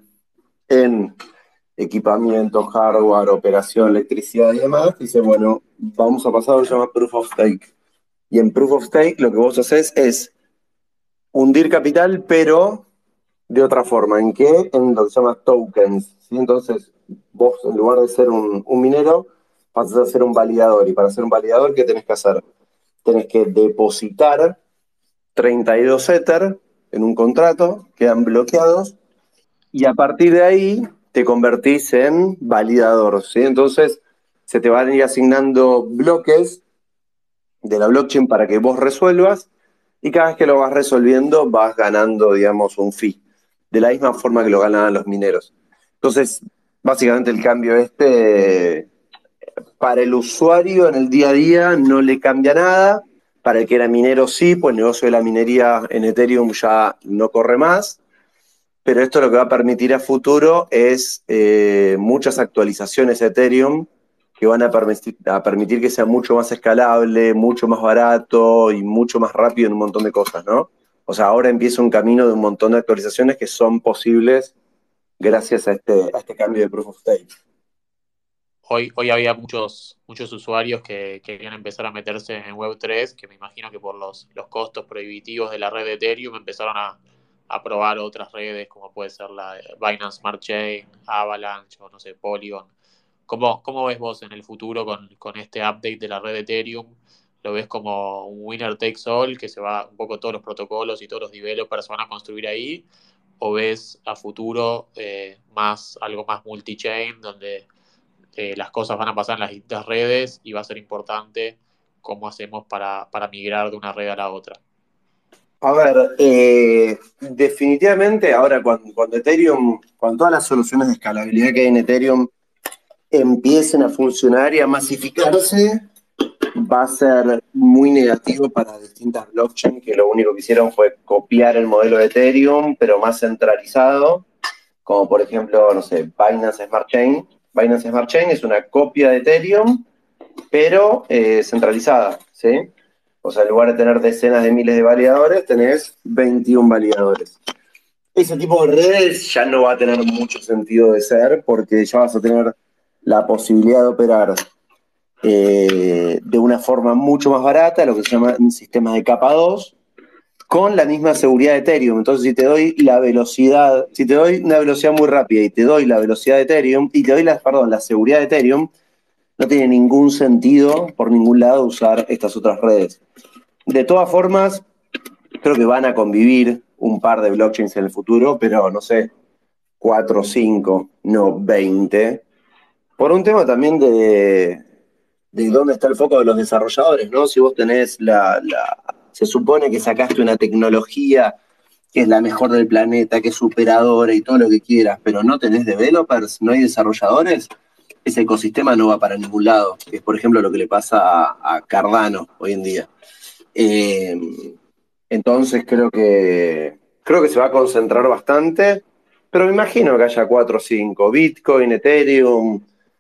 S2: en equipamiento, hardware, operación, electricidad y demás, dice, bueno, vamos a pasar a lo que se llama Proof of Stake. Y en Proof of Stake lo que vos haces es hundir capital, pero de otra forma. ¿En qué? En lo que se llama tokens, ¿sí? Entonces, vos en lugar de ser un, un minero, pasas a ser un validador. Y para ser un validador, ¿qué tenés que hacer? Tenés que depositar treinta y dos Ether en un contrato, quedan bloqueados, y a partir de ahí te convertís en validador, ¿sí? Entonces, se te van a ir asignando bloques de la blockchain para que vos resuelvas, y cada vez que lo vas resolviendo vas ganando, digamos, un fee, de la misma forma que lo ganan los mineros. Entonces, básicamente el cambio este, para el usuario en el día a día no le cambia nada, para el que era minero sí, pues el negocio de la minería en Ethereum ya no corre más, pero esto lo que va a permitir a futuro es eh, muchas actualizaciones de Ethereum que van a permitir, a permitir que sea mucho más escalable, mucho más barato y mucho más rápido en un montón de cosas, ¿no? O sea, ahora empieza un camino de un montón de actualizaciones que son posibles gracias a este, a este cambio de Proof of Stake.
S1: Hoy, hoy había muchos, muchos usuarios que querían empezar a meterse en web tres, que me imagino que por los, los costos prohibitivos de la red de Ethereum empezaron a, a probar otras redes, como puede ser la de Binance Smart Chain, Avalanche o no sé, Polygon. ¿Cómo, cómo ves vos en el futuro con, con este update de la red de Ethereum? ¿Lo ves como un winner takes all, que se va un poco todos los protocolos y todos los developers se van a construir ahí? ¿O ves a futuro eh, más algo más multi-chain, donde eh, las cosas van a pasar en las distintas redes y va a ser importante cómo hacemos para, para migrar de una red a la otra?
S2: A ver, eh, definitivamente ahora cuando, cuando Ethereum, cuando todas las soluciones de escalabilidad que hay en Ethereum empiecen a funcionar y a masificarse, va a ser muy negativo para distintas blockchains que lo único que hicieron fue copiar el modelo de Ethereum, pero más centralizado, como por ejemplo, no sé, Binance Smart Chain. Binance Smart Chain es una copia de Ethereum, pero eh, centralizada, ¿sí? O sea, en lugar de tener decenas de miles de validadores, tenés veintiún validadores. ese tipo de redes ya no va a tener mucho sentido de ser porque ya vas a tener la posibilidad de operar eh, de una forma mucho más barata, lo que se llaman sistemas de capa dos, con la misma seguridad de Ethereum. Entonces, si te doy la velocidad, si te doy una velocidad muy rápida y te doy la velocidad de Ethereum, y te doy la, perdón, la seguridad de Ethereum, no tiene ningún sentido por ningún lado usar estas otras redes. De todas formas, creo que van a convivir un par de blockchains en el futuro, pero no sé, cuatro o cinco, no veinte. Por un tema también de, de dónde está el foco de los desarrolladores, ¿no? Si vos tenés la, la, se supone que sacaste una tecnología que es la mejor del planeta, que es superadora y todo lo que quieras, pero no tenés developers, no hay desarrolladores, ese ecosistema no va para ningún lado. Es, por ejemplo, lo que le pasa a, a Cardano hoy en día. Eh, entonces creo que, creo que se va a concentrar bastante, pero me imagino que haya cuatro o cinco, Bitcoin, Ethereum,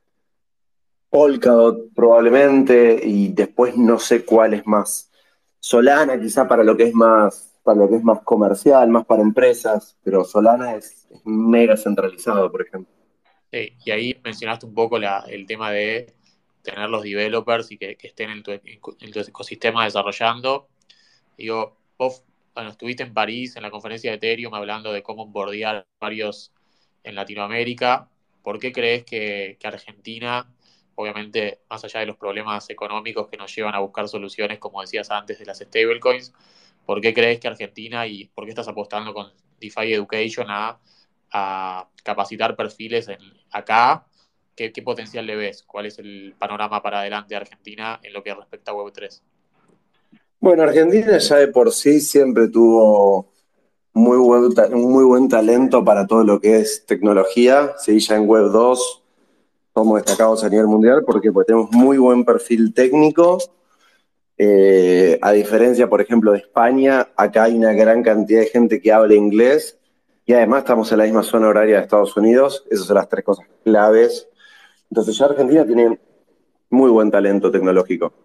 S2: Polkadot probablemente, y después no sé cuál es más. Solana quizá para lo que es más, para lo que es más comercial, más para empresas, pero Solana es, es mega centralizado, por ejemplo.
S1: Sí, y ahí mencionaste un poco la, el tema de tener los developers y que, que estén en tu, en tu ecosistema desarrollando. Digo, vos, bueno, estuviste en París en la conferencia de Ethereum hablando de cómo bordear varios en Latinoamérica. ¿Por qué crees que, que Argentina, obviamente, más allá de los problemas económicos que nos llevan a buscar soluciones, como decías antes, de las stablecoins, ¿por qué crees que Argentina y por qué estás apostando con DeFi Education a, a capacitar perfiles en, acá? ¿Qué, ¿Qué potencial le ves? ¿Cuál es el panorama para adelante de Argentina en lo que respecta a web tres?
S2: Bueno, Argentina ya de por sí siempre tuvo muy buen, un muy buen talento para todo lo que es tecnología. Sí, ya en Web dos somos destacados a nivel mundial porque, porque tenemos muy buen perfil técnico. Eh, a diferencia, por ejemplo, de España, acá hay una gran cantidad de gente que habla inglés y además estamos en la misma zona horaria de Estados Unidos. Esas son las tres cosas claves. Entonces ya Argentina tiene muy buen talento tecnológico.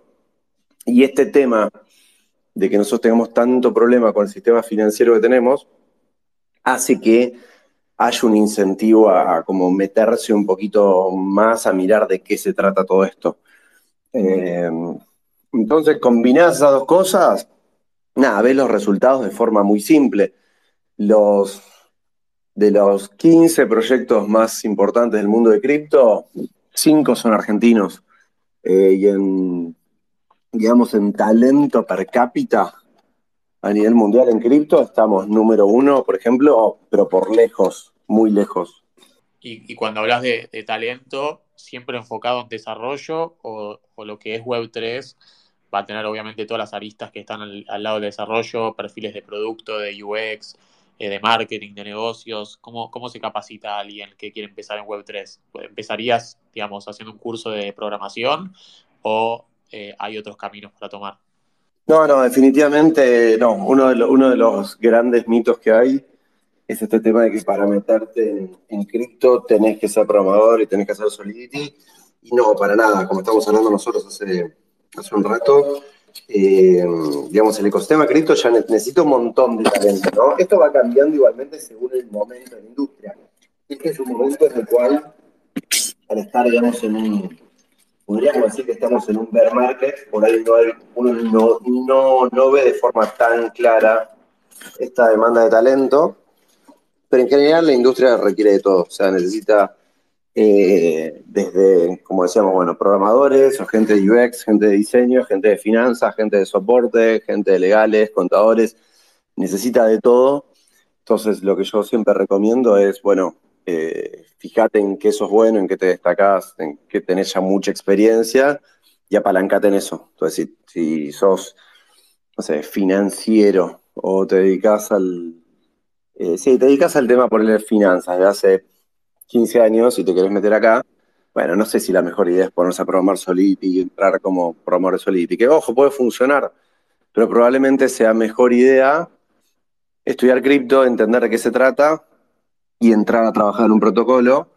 S2: Y este tema de que nosotros tengamos tanto problema con el sistema financiero que tenemos hace que haya un incentivo a, a como meterse un poquito más a mirar de qué se trata todo esto. Eh, entonces, combinás esas dos cosas, nada, ves los resultados de forma muy simple. Los, de los quince proyectos más importantes del mundo de cripto, cinco son argentinos. Eh, y en, digamos, en talento per cápita a nivel mundial en cripto, estamos número uno, por ejemplo, pero por lejos, muy lejos.
S1: Y, y cuando hablas de, de talento, ¿siempre enfocado en desarrollo o, o lo que es web tres va a tener obviamente todas las aristas que están al, al lado del desarrollo, perfiles de producto, de U X, eh, de marketing, de negocios? ¿Cómo, ¿Cómo se capacita a alguien que quiere empezar en web tres? ¿Empezarías, digamos, haciendo un curso de programación o eh, hay otros caminos para tomar?
S2: No, no, definitivamente no. Uno de, lo- uno de los grandes mitos que hay es este tema de que para meterte en, en cripto tenés que ser programador y tenés que hacer Solidity. Y no, para nada, como estamos hablando nosotros hace, hace un rato, eh, digamos, el ecosistema cripto ya ne- necesita un montón de talento, ¿no? Esto va cambiando igualmente según el momento de la industria. Este es un momento en el cual, al estar, digamos, en un, podríamos decir que estamos en un bear market, por ahí no hay- uno no, no, no ve de forma tan clara esta demanda de talento, pero en general la industria requiere de todo, o sea, necesita eh, desde, como decíamos, bueno, programadores, o gente de U X, gente de diseño, gente de finanzas, gente de soporte, gente de legales, contadores, necesita de todo. Entonces, lo que yo siempre recomiendo es, bueno, eh, fíjate en qué sos bueno, en qué te destacás, en qué tenés ya mucha experiencia y apalancate en eso. Entonces, si, si sos, no sé, financiero o te dedicas al... Eh, sí, te dedicas al tema por el finanzas de hace quince años y te querés meter acá, bueno, no sé si la mejor idea es ponerse a programar Solidity y entrar como programador de Solidity, que ojo, puede funcionar, pero probablemente sea mejor idea estudiar cripto, entender de qué se trata y entrar a trabajar en un protocolo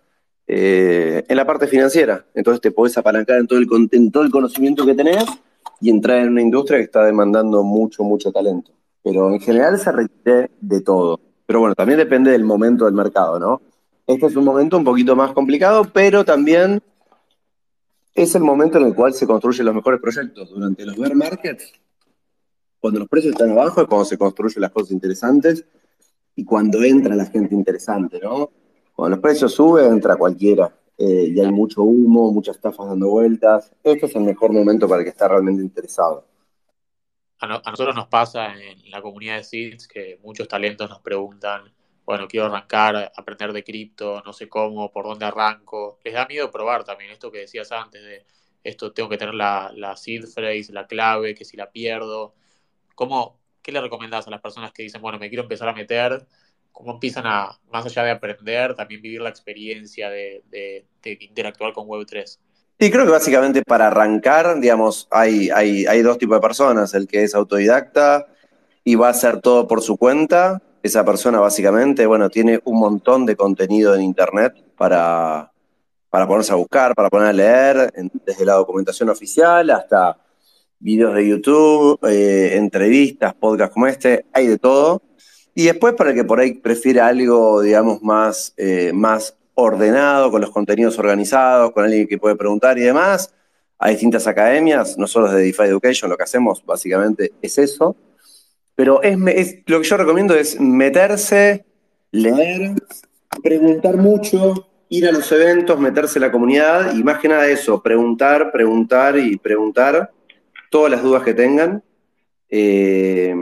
S2: eh, en la parte financiera. Entonces te podés apalancar en todo, el, con- en todo el conocimiento que tenés y entrar en una industria que está demandando mucho, mucho talento. Pero en
S1: Y,
S2: general se requiere de todo. Pero bueno, también depende del momento del mercado, ¿no? Este es un momento un poquito más complicado, pero también es el momento en el cual se construyen los mejores proyectos. Durante los bear markets, cuando los precios están abajo, es cuando se construyen las cosas interesantes y cuando entra la gente interesante, ¿no? Cuando los precios suben, entra cualquiera. Eh, y hay mucho humo, muchas estafas dando vueltas. Este es el mejor momento para el que está realmente interesado.
S1: A, no- a nosotros nos pasa en la comunidad de Seeds que muchos talentos nos preguntan, bueno, quiero arrancar, aprender de cripto, no sé cómo, por dónde arranco. Les da miedo probar también esto que decías antes de esto, tengo que tener la, la seed phrase, la clave, que si la pierdo. ¿Cómo, qué le recomendás a las personas que dicen, bueno, me quiero empezar a meter? ¿Cómo empiezan a, más allá de aprender, también vivir la experiencia de, de, de interactuar con web tres?
S2: Y creo que básicamente para arrancar, digamos, hay, hay, hay dos tipos de personas, el que es autodidacta y va a hacer todo por su cuenta. Esa persona básicamente, bueno, tiene un montón de contenido en internet para, para ponerse a buscar, para poner a leer, en- desde la documentación oficial hasta videos de YouTube, eh, entrevistas, podcasts como este, hay de todo. Y después para el que por ahí prefiere algo, digamos, más, eh, más ordenado, con los contenidos organizados, con alguien que puede preguntar y demás, hay distintas academias, nosotros de DeFi Education lo que hacemos básicamente es eso, pero es, es- lo que yo recomiendo es meterse, leer, preguntar mucho, ir a los eventos, meterse en la comunidad y más que nada eso, preguntar, preguntar y preguntar todas las dudas que tengan eh,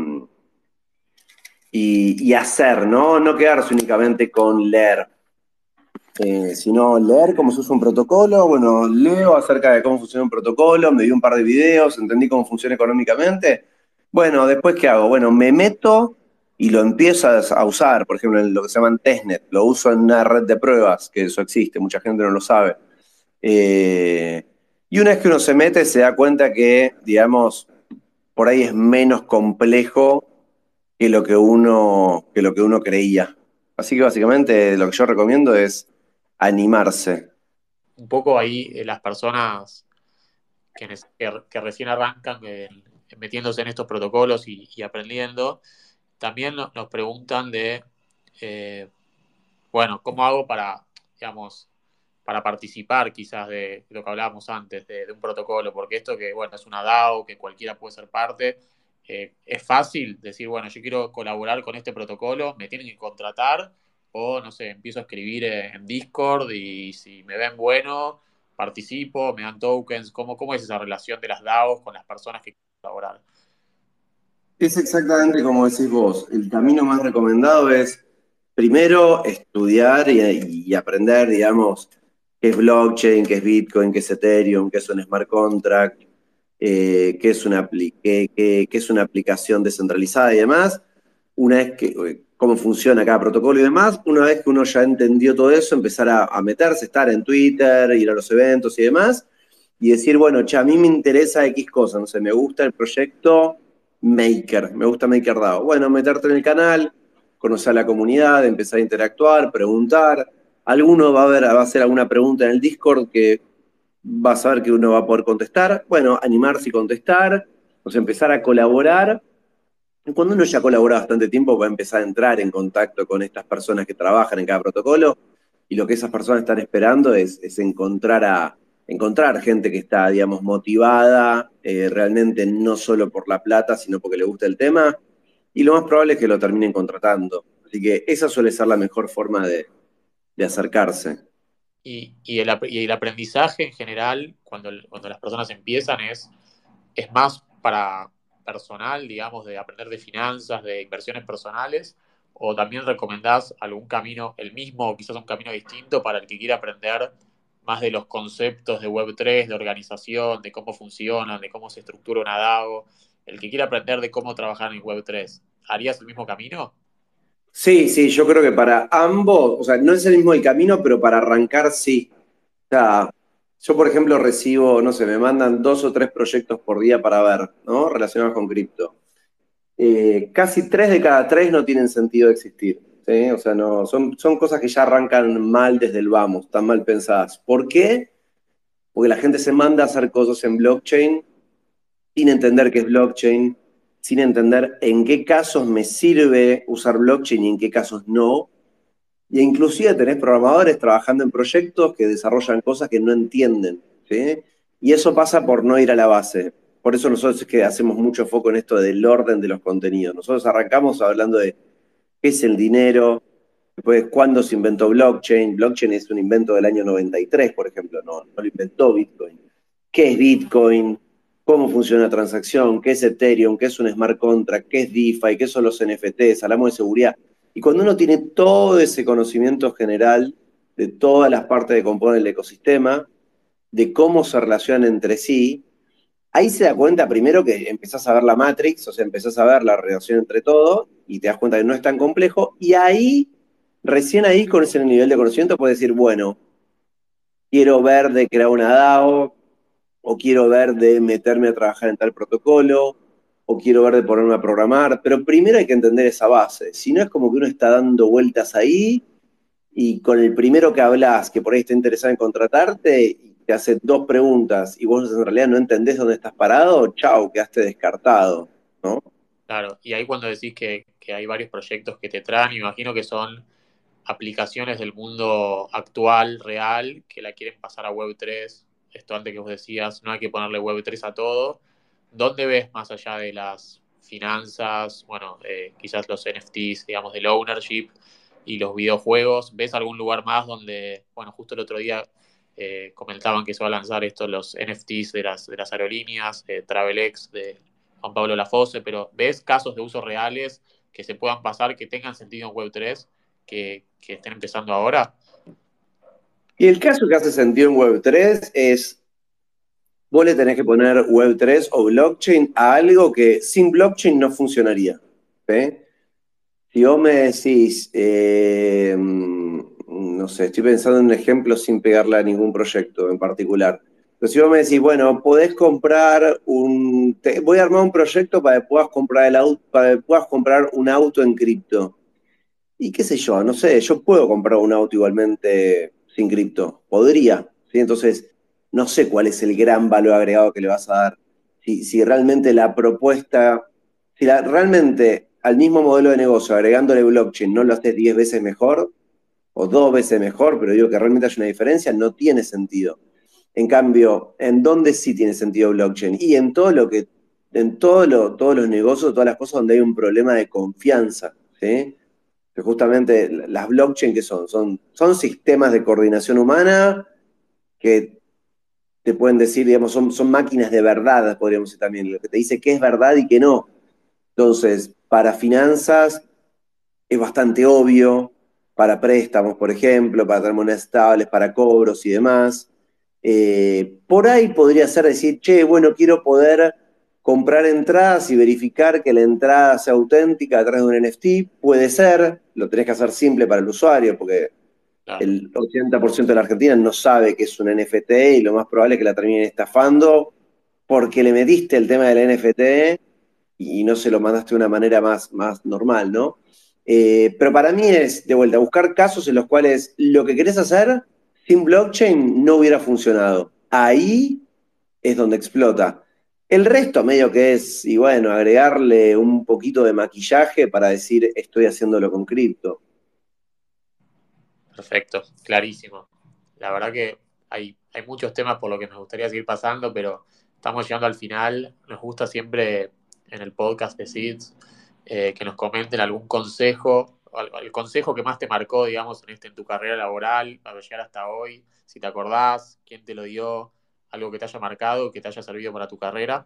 S2: y, y hacer, ¿no? No quedarse únicamente con leer, eh, sino leer cómo se usa un protocolo. Bueno, leo acerca de cómo funciona un protocolo, me vi un par de videos, entendí cómo funciona económicamente. Bueno, después, ¿qué hago? Bueno, me meto y lo empiezo a, a usar, por ejemplo, en lo que se llaman testnet. Lo uso en una red de pruebas, que eso existe, mucha gente no lo sabe. Eh, y una vez que uno se mete, se da cuenta que, digamos, por ahí es menos complejo que lo que uno, que lo que uno creía. Así que básicamente lo que yo recomiendo es animarse.
S1: Un poco ahí eh, las personas que, que, que recién arrancan eh, metiéndose en estos protocolos y, y aprendiendo, también no, nos preguntan de, eh, bueno, ¿cómo hago para, digamos, para participar quizás de lo que hablábamos antes, de, de un protocolo? Porque esto que, bueno, es una DAO, que cualquiera puede ser parte, eh, es fácil decir, bueno, yo quiero colaborar con este protocolo, me tienen que contratar o, no sé, empiezo a escribir en Discord y si me ven bueno, participo, me dan tokens. ¿Cómo, cómo es esa relación de las DAOs con las personas que quieren colaborar?
S2: Es exactamente como decís vos. El camino más recomendado es primero estudiar y, y aprender, digamos, qué es blockchain, qué es Bitcoin, qué es Ethereum, qué es un smart contract, eh, qué es una, apli- qué, qué- qué es una aplicación descentralizada y demás. Una vez que, eh, cómo funciona cada protocolo y demás, una vez que uno ya entendió todo eso, empezar a, a meterse, estar en Twitter, ir a los eventos y demás, y decir, bueno, che, a mí me interesa X cosa, no sé, me gusta el proyecto Maker, me gusta MakerDAO. Bueno, meterte en el canal, conocer a la comunidad, empezar a interactuar, preguntar. Alguno va a, ver, va a hacer alguna pregunta en el Discord que va a saber que uno va a poder contestar. Bueno, animarse y contestar, o sea, empezar a colaborar. Cuando uno ya colabora bastante tiempo, va a empezar a entrar en contacto con estas personas que trabajan en cada protocolo y lo que esas personas están esperando es, es encontrar a encontrar gente que está, digamos, motivada eh, realmente no solo por la plata, sino porque le gusta el tema, y lo más probable es que lo terminen contratando. Así que esa suele ser la mejor forma de, de acercarse.
S1: Y, y, el, y el aprendizaje en general, cuando, cuando las personas empiezan, es, es más para personal, digamos, de aprender de finanzas, de inversiones personales, o también recomendás algún camino, el mismo o quizás un camino distinto para el que quiera aprender más de los conceptos de web tres, de organización, de cómo funcionan, de cómo se estructura una DAO, el que quiera aprender de cómo trabajar en web tres, ¿harías el mismo camino?
S2: Sí, sí, yo creo que para ambos, o sea, no es el mismo el camino, pero para arrancar sí. O sea, yo por ejemplo recibo, no sé, me mandan dos o tres proyectos por día para ver, ¿no? Relacionados con cripto. Eh, casi tres de cada tres no tienen sentido de existir, ¿sí? O sea, no, son, son cosas que ya arrancan mal desde el vamos, están mal pensadas. ¿Por qué? Porque la gente se manda a hacer cosas en blockchain sin entender qué es blockchain, sin entender en qué casos me sirve usar blockchain y en qué casos no. Y inclusive tenés programadores trabajando en proyectos que desarrollan cosas que no entienden, ¿sí? Y eso pasa por no ir a la base. Por eso nosotros es que hacemos mucho foco en esto del orden de los contenidos. Nosotros arrancamos hablando de qué es el dinero, después cuándo se inventó blockchain. Blockchain es un invento del año noventa y tres, por ejemplo, no, no lo inventó Bitcoin. ¿Qué es Bitcoin? ¿Cómo funciona la transacción? ¿Qué es Ethereum? ¿Qué es un smart contract? ¿Qué es DeFi? ¿Qué son los N F Ts? Hablamos de seguridad. Y cuando uno tiene todo ese conocimiento general de todas las partes que componen el ecosistema, de cómo se relacionan entre sí, ahí se da cuenta primero que empezás a ver la Matrix, o sea, empezás a ver la relación entre todo y te das cuenta que no es tan complejo. Y ahí, recién ahí, con ese nivel de conocimiento, puedes decir, bueno, quiero ver de crear una DAO, o quiero ver de meterme a trabajar en tal protocolo, o quiero ver de ponerme a programar, pero primero hay que entender esa base, si no es como que uno está dando vueltas ahí y con el primero que hablas, que por ahí está interesado en contratarte, y te hace dos preguntas y vos en realidad no entendés dónde estás parado, chau, quedaste descartado, ¿no?
S1: Claro, y ahí cuando decís que, que hay varios proyectos que te traen, me imagino que son aplicaciones del mundo actual, real, que la quieren pasar a web tres. Esto antes que vos decías, no hay que ponerle web tres a todo. ¿Dónde ves más allá de las finanzas, bueno, eh, quizás los N F Ts, digamos, del ownership y los videojuegos? ¿Ves algún lugar más donde, bueno, justo el otro día eh, comentaban que se va a lanzar esto, los N F Ts de las, de las aerolíneas, eh, TravelX de Juan Pablo Lafose, pero ¿ves casos de usos reales que se puedan pasar, que tengan sentido en web tres? Que, que estén empezando ahora.
S2: Y el caso que hace sentido en web tres es, vos le tenés que poner web tres o blockchain a algo que sin blockchain no funcionaría. ¿Sí? Si vos me decís, eh, no sé, estoy pensando en un ejemplo sin pegarle a ningún proyecto en particular. Pero si vos me decís, bueno, podés comprar un. Te, voy a armar un proyecto para que puedas comprar el auto, para que puedas comprar un auto en cripto. Y qué sé yo, no sé, yo puedo comprar un auto igualmente sin cripto. Podría, ¿sí? Entonces, no sé cuál es el gran valor agregado que le vas a dar. Si, si realmente la propuesta, si la, realmente al mismo modelo de negocio, agregándole blockchain, no lo haces diez veces mejor o dos veces mejor, pero digo que realmente hay una diferencia, no tiene sentido. En cambio, ¿en dónde sí tiene sentido blockchain? Y en todo lo que, en todo lo, todos los negocios, todas las cosas donde hay un problema de confianza, ¿sí? Que justamente las blockchain, ¿qué son? Son, son sistemas de coordinación humana que te pueden decir, digamos, son, son máquinas de verdad, podríamos decir también, lo que te dice qué es verdad y qué no. Entonces, para finanzas es bastante obvio, para préstamos, por ejemplo, para tener monedas estables, para cobros y demás. Eh, por ahí podría ser decir, che, bueno, quiero poder comprar entradas y verificar que la entrada sea auténtica a través de un N F T. Puede ser, lo tenés que hacer simple para el usuario, porque
S1: Claro.
S2: el ochenta por ciento de la Argentina no sabe qué es un N F T y lo más probable es que la terminen estafando porque le metiste el tema del N F T y no se lo mandaste de una manera más, más normal, ¿no? Eh, pero para mí es, de vuelta, buscar casos en los cuales lo que querés hacer sin blockchain no hubiera funcionado. Ahí es donde explota. El resto medio que es, y bueno, agregarle un poquito de maquillaje para decir estoy haciéndolo con cripto.
S1: Perfecto, clarísimo. La verdad que hay, hay muchos temas por los que nos gustaría seguir pasando, pero estamos llegando al final. Nos gusta siempre en el podcast de Seeds eh, que nos comenten algún consejo, el consejo que más te marcó, digamos, en, este, en tu carrera laboral, para llegar hasta hoy, si te acordás, quién te lo dio, algo que te haya marcado, que te haya servido para tu carrera.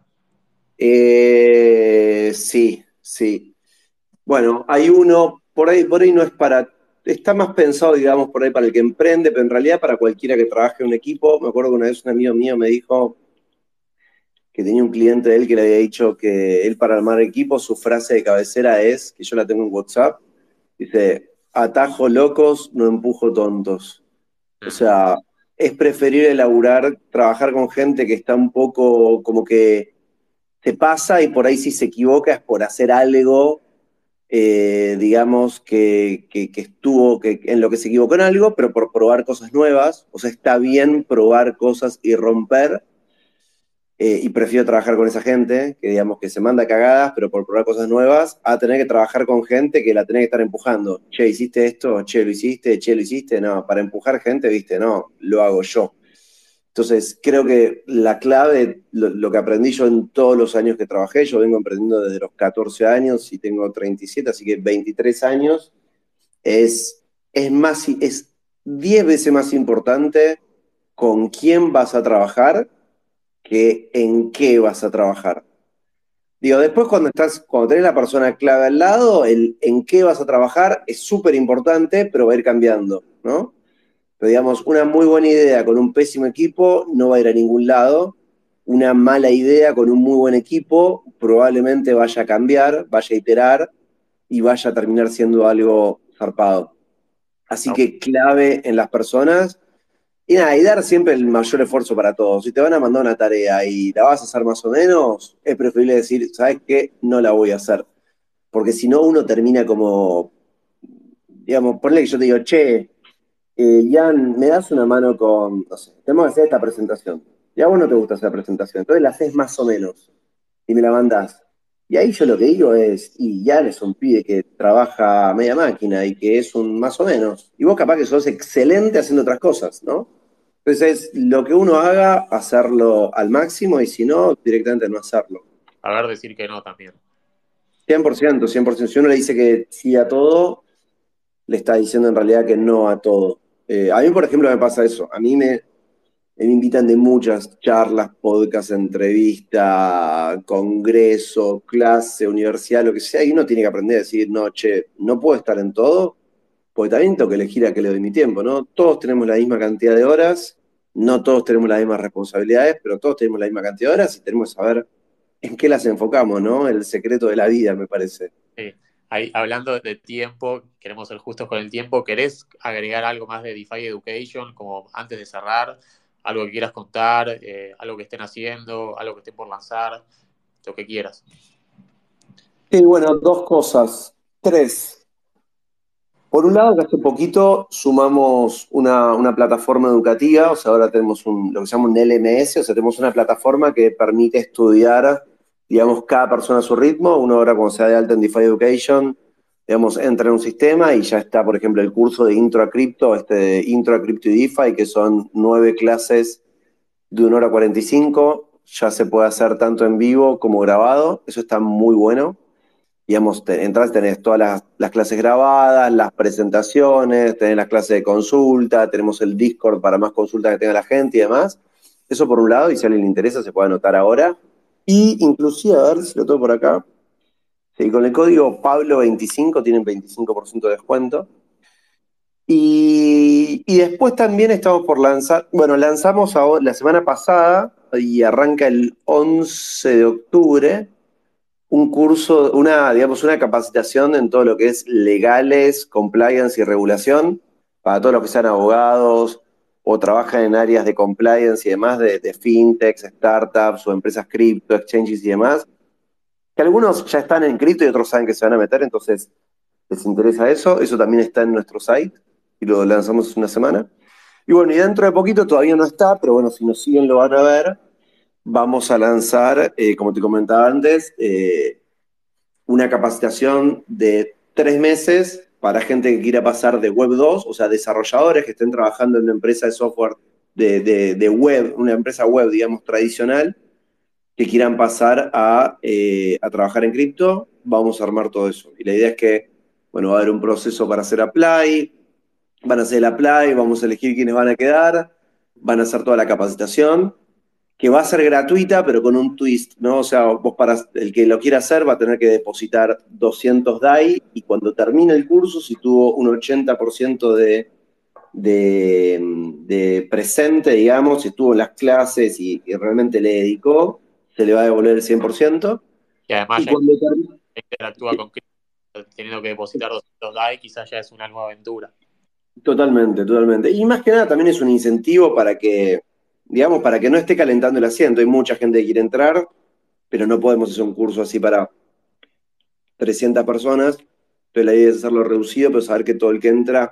S2: Eh, sí, sí. Bueno, hay uno, por ahí, por ahí no es para, está más pensado, digamos, por ahí para el que emprende, pero en realidad para cualquiera que trabaje en un equipo. Me acuerdo que una vez un amigo mío me dijo que tenía un cliente de él que le había dicho que él para armar equipo, su frase de cabecera es, que yo la tengo en WhatsApp, dice, atajo locos, no empujo tontos. O
S1: Mm,
S2: sea, es preferible elaborar, trabajar con gente que está un poco como que se pasa y por ahí si se equivoca es por hacer algo, eh, digamos, que, que, que estuvo, que, en lo que se equivocó en algo, pero por probar cosas nuevas. O sea, está bien probar cosas y romper. eh, y prefiero trabajar con esa gente, que digamos que se manda cagadas, pero por probar cosas nuevas, a tener que trabajar con gente que la tenés que estar empujando. Che, ¿hiciste esto? Che, ¿lo hiciste? Che, ¿lo hiciste? No, para empujar gente, viste, no, lo hago yo. Entonces, creo que la clave, lo, lo que aprendí yo en todos los años que trabajé, yo vengo emprendiendo desde los catorce años y tengo treinta y siete, así que veintitrés años, es, es más, es diez veces más importante con quién vas a trabajar que en qué vas a trabajar. Digo, después cuando estás, cuando tenés la persona clave al lado, el en qué vas a trabajar es súper importante, pero va a ir cambiando, ¿no? Pero digamos, una muy buena idea con un pésimo equipo no va a ir a ningún lado. Una mala idea con un muy buen equipo probablemente vaya a cambiar, vaya a iterar y vaya a terminar siendo algo zarpado. Así
S1: No,
S2: que clave en las personas. Y nada, y dar siempre el mayor esfuerzo para todos. Si te van a mandar una tarea y la vas a hacer más o menos, es preferible decir, ¿sabes qué? No la voy a hacer. Porque si no, uno termina como, digamos, ponle que yo te digo, che, eh, Jan, ¿me das una mano con, no sé, tenemos que hacer esta presentación? Y a vos no te gusta hacer presentación, entonces la haces más o menos y me la mandás. Y ahí yo lo que digo es, y Jan es un pibe que trabaja a media máquina y que es un más o menos. Y vos capaz que sos excelente haciendo otras cosas, ¿no? Entonces, lo que uno haga, hacerlo al máximo y si no, directamente no hacerlo.
S1: saber decir que no también.
S2: cien por ciento, cien por ciento. Si uno le dice que sí a todo, le está diciendo en realidad que no a todo. Eh, a mí, por ejemplo, me pasa eso. A mí me, me invitan de muchas charlas, podcasts, entrevistas, congreso, clase, universidad, lo que sea, y uno tiene que aprender a decir, no, che, no puedo estar en todo, porque también tengo que elegir a qué le doy mi tiempo, ¿no? Todos tenemos la misma cantidad de horas, no todos tenemos las mismas responsabilidades, pero todos tenemos la misma cantidad de horas y tenemos que saber en qué las enfocamos, ¿no? El secreto de la vida, me parece.
S1: Sí. Ahí, hablando de tiempo, queremos ser justos con el tiempo. ¿Querés agregar algo más de DeFi Education, como antes de cerrar? Algo que quieras contar, eh, algo que estén haciendo, algo que estén por lanzar, lo que quieras.
S2: Sí, bueno, dos cosas. Tres. Por un lado, que hace poquito sumamos una, una plataforma educativa, o sea, ahora tenemos un, lo que se llama un L M S, o sea, tenemos una plataforma que permite estudiar, digamos, cada persona a su ritmo. Uno ahora cuando se da de alta en DeFi Education, digamos, entra en un sistema y ya está, por ejemplo, el curso de Intro a Crypto, este de Intro a Crypto y DeFi, que son nueve clases de una hora cuarenta y cinco, ya se puede hacer tanto en vivo como grabado, eso está muy bueno. Digamos, te, entras, tenés todas las, las clases grabadas, las presentaciones, tenés las clases de consulta, tenemos el Discord para más consultas que tenga la gente y demás. Eso por un lado, y si a alguien le interesa se puede anotar ahora. Y inclusive, a ver si lo tengo por acá, sí, con el código Pablo veinticinco tienen veinticinco por ciento de descuento. Y, y después también estamos por lanzar, bueno, lanzamos ahora- la semana pasada y arranca el once de octubre un curso, una, digamos, una capacitación en todo lo que es legales, compliance y regulación, para todos los que sean abogados o trabajan en áreas de compliance y demás, de, de fintechs, startups o empresas cripto, exchanges y demás, que algunos ya están en cripto y otros saben que se van a meter, entonces les interesa eso. Eso también está en nuestro site y lo lanzamos hace una semana. Y bueno, y dentro de poquito todavía no está, pero bueno, si nos siguen lo van a ver. Vamos a lanzar, eh, como te comentaba antes, eh, una capacitación de tres meses para gente que quiera pasar de web dos, o sea, desarrolladores que estén trabajando en una empresa de software de, de, de web, una empresa web, digamos, tradicional, que quieran pasar a, eh, a trabajar en cripto. Vamos a armar todo eso. Y la idea es que, bueno, va a haber un proceso para hacer apply, van a hacer el apply, vamos a elegir quiénes van a quedar, van a hacer toda la capacitación que va a ser gratuita, pero con un twist, ¿no? O sea, vos para el que lo quiera hacer va a tener que depositar doscientos DAI y cuando termine el curso, si tuvo un ochenta por ciento de, de, de presente, digamos, si estuvo en las clases y, y realmente le dedicó, se le va a devolver el cien por ciento.
S1: Y además
S2: Y
S1: ya
S2: cuando termine...
S1: interactúa con cripto, teniendo que depositar doscientos DAI, quizás ya es una nueva aventura.
S2: Totalmente, totalmente. Y más que nada también es un incentivo para que, digamos, para que no esté calentando el asiento. Hay mucha gente que quiere entrar, pero no podemos hacer un curso así para trescientas personas, entonces la idea es hacerlo reducido, pero saber que todo el que entra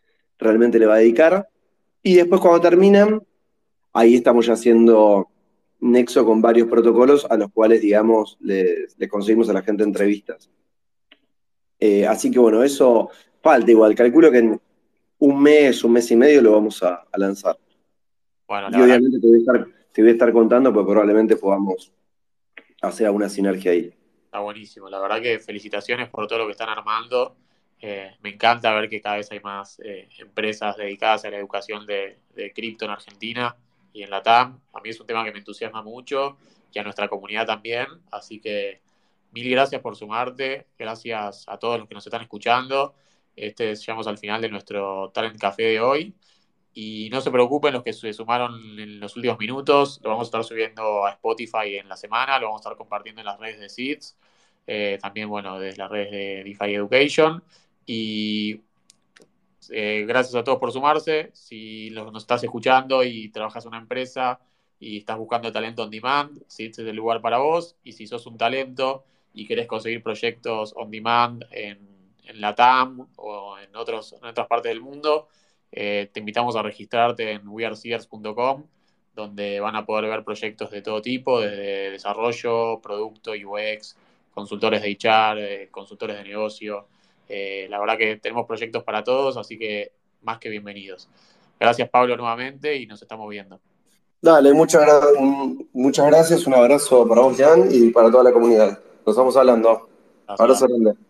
S2: realmente le va a dedicar. Y después cuando terminan, ahí estamos ya haciendo nexo con varios protocolos a los cuales, digamos, les, les conseguimos a la gente entrevistas. Eh, así que bueno, eso falta igual. Calculo que en un mes, un mes y medio lo vamos a, a lanzar.
S1: Bueno, la
S2: Y
S1: verdad
S2: obviamente te voy a estar, te voy a estar contando, pues probablemente podamos hacer alguna sinergia ahí.
S1: está buenísimo. La verdad que felicitaciones por todo lo que están armando. Eh, me encanta ver que cada vez hay más eh, empresas dedicadas a la educación de, de cripto en Argentina y en la T A M. A mí es un tema que me entusiasma mucho y a nuestra comunidad también. Así que mil gracias por sumarte. Gracias a todos los que nos están escuchando. Este, llegamos al final de nuestro Talent Café de hoy. Y no se preocupen los que se sumaron en los últimos minutos, lo vamos a estar subiendo a Spotify en la semana, lo vamos a estar compartiendo en las redes de Seeds, eh, también, bueno, desde las redes de DeFi Education. Y eh, gracias a todos por sumarse. Si nos, nos estás escuchando y trabajas en una empresa y estás buscando talento on demand, Seeds es el lugar para vos. Y si sos un talento y querés conseguir proyectos on demand en, en la T A M o en, otros, en otras partes del mundo, eh, te invitamos a registrarte en we are seeders punto com, donde van a poder ver proyectos de todo tipo, desde desarrollo, producto, U X, consultores de H R, eh, consultores de negocio. Eh, la verdad que tenemos proyectos para todos, así que más que bienvenidos. Gracias, Pablo, nuevamente y nos estamos viendo.
S2: Dale, muchas, gra- un- muchas gracias, un abrazo para vos, Jan, y para toda la comunidad. Nos estamos hablando.
S1: Gracias.
S2: Abrazo grande.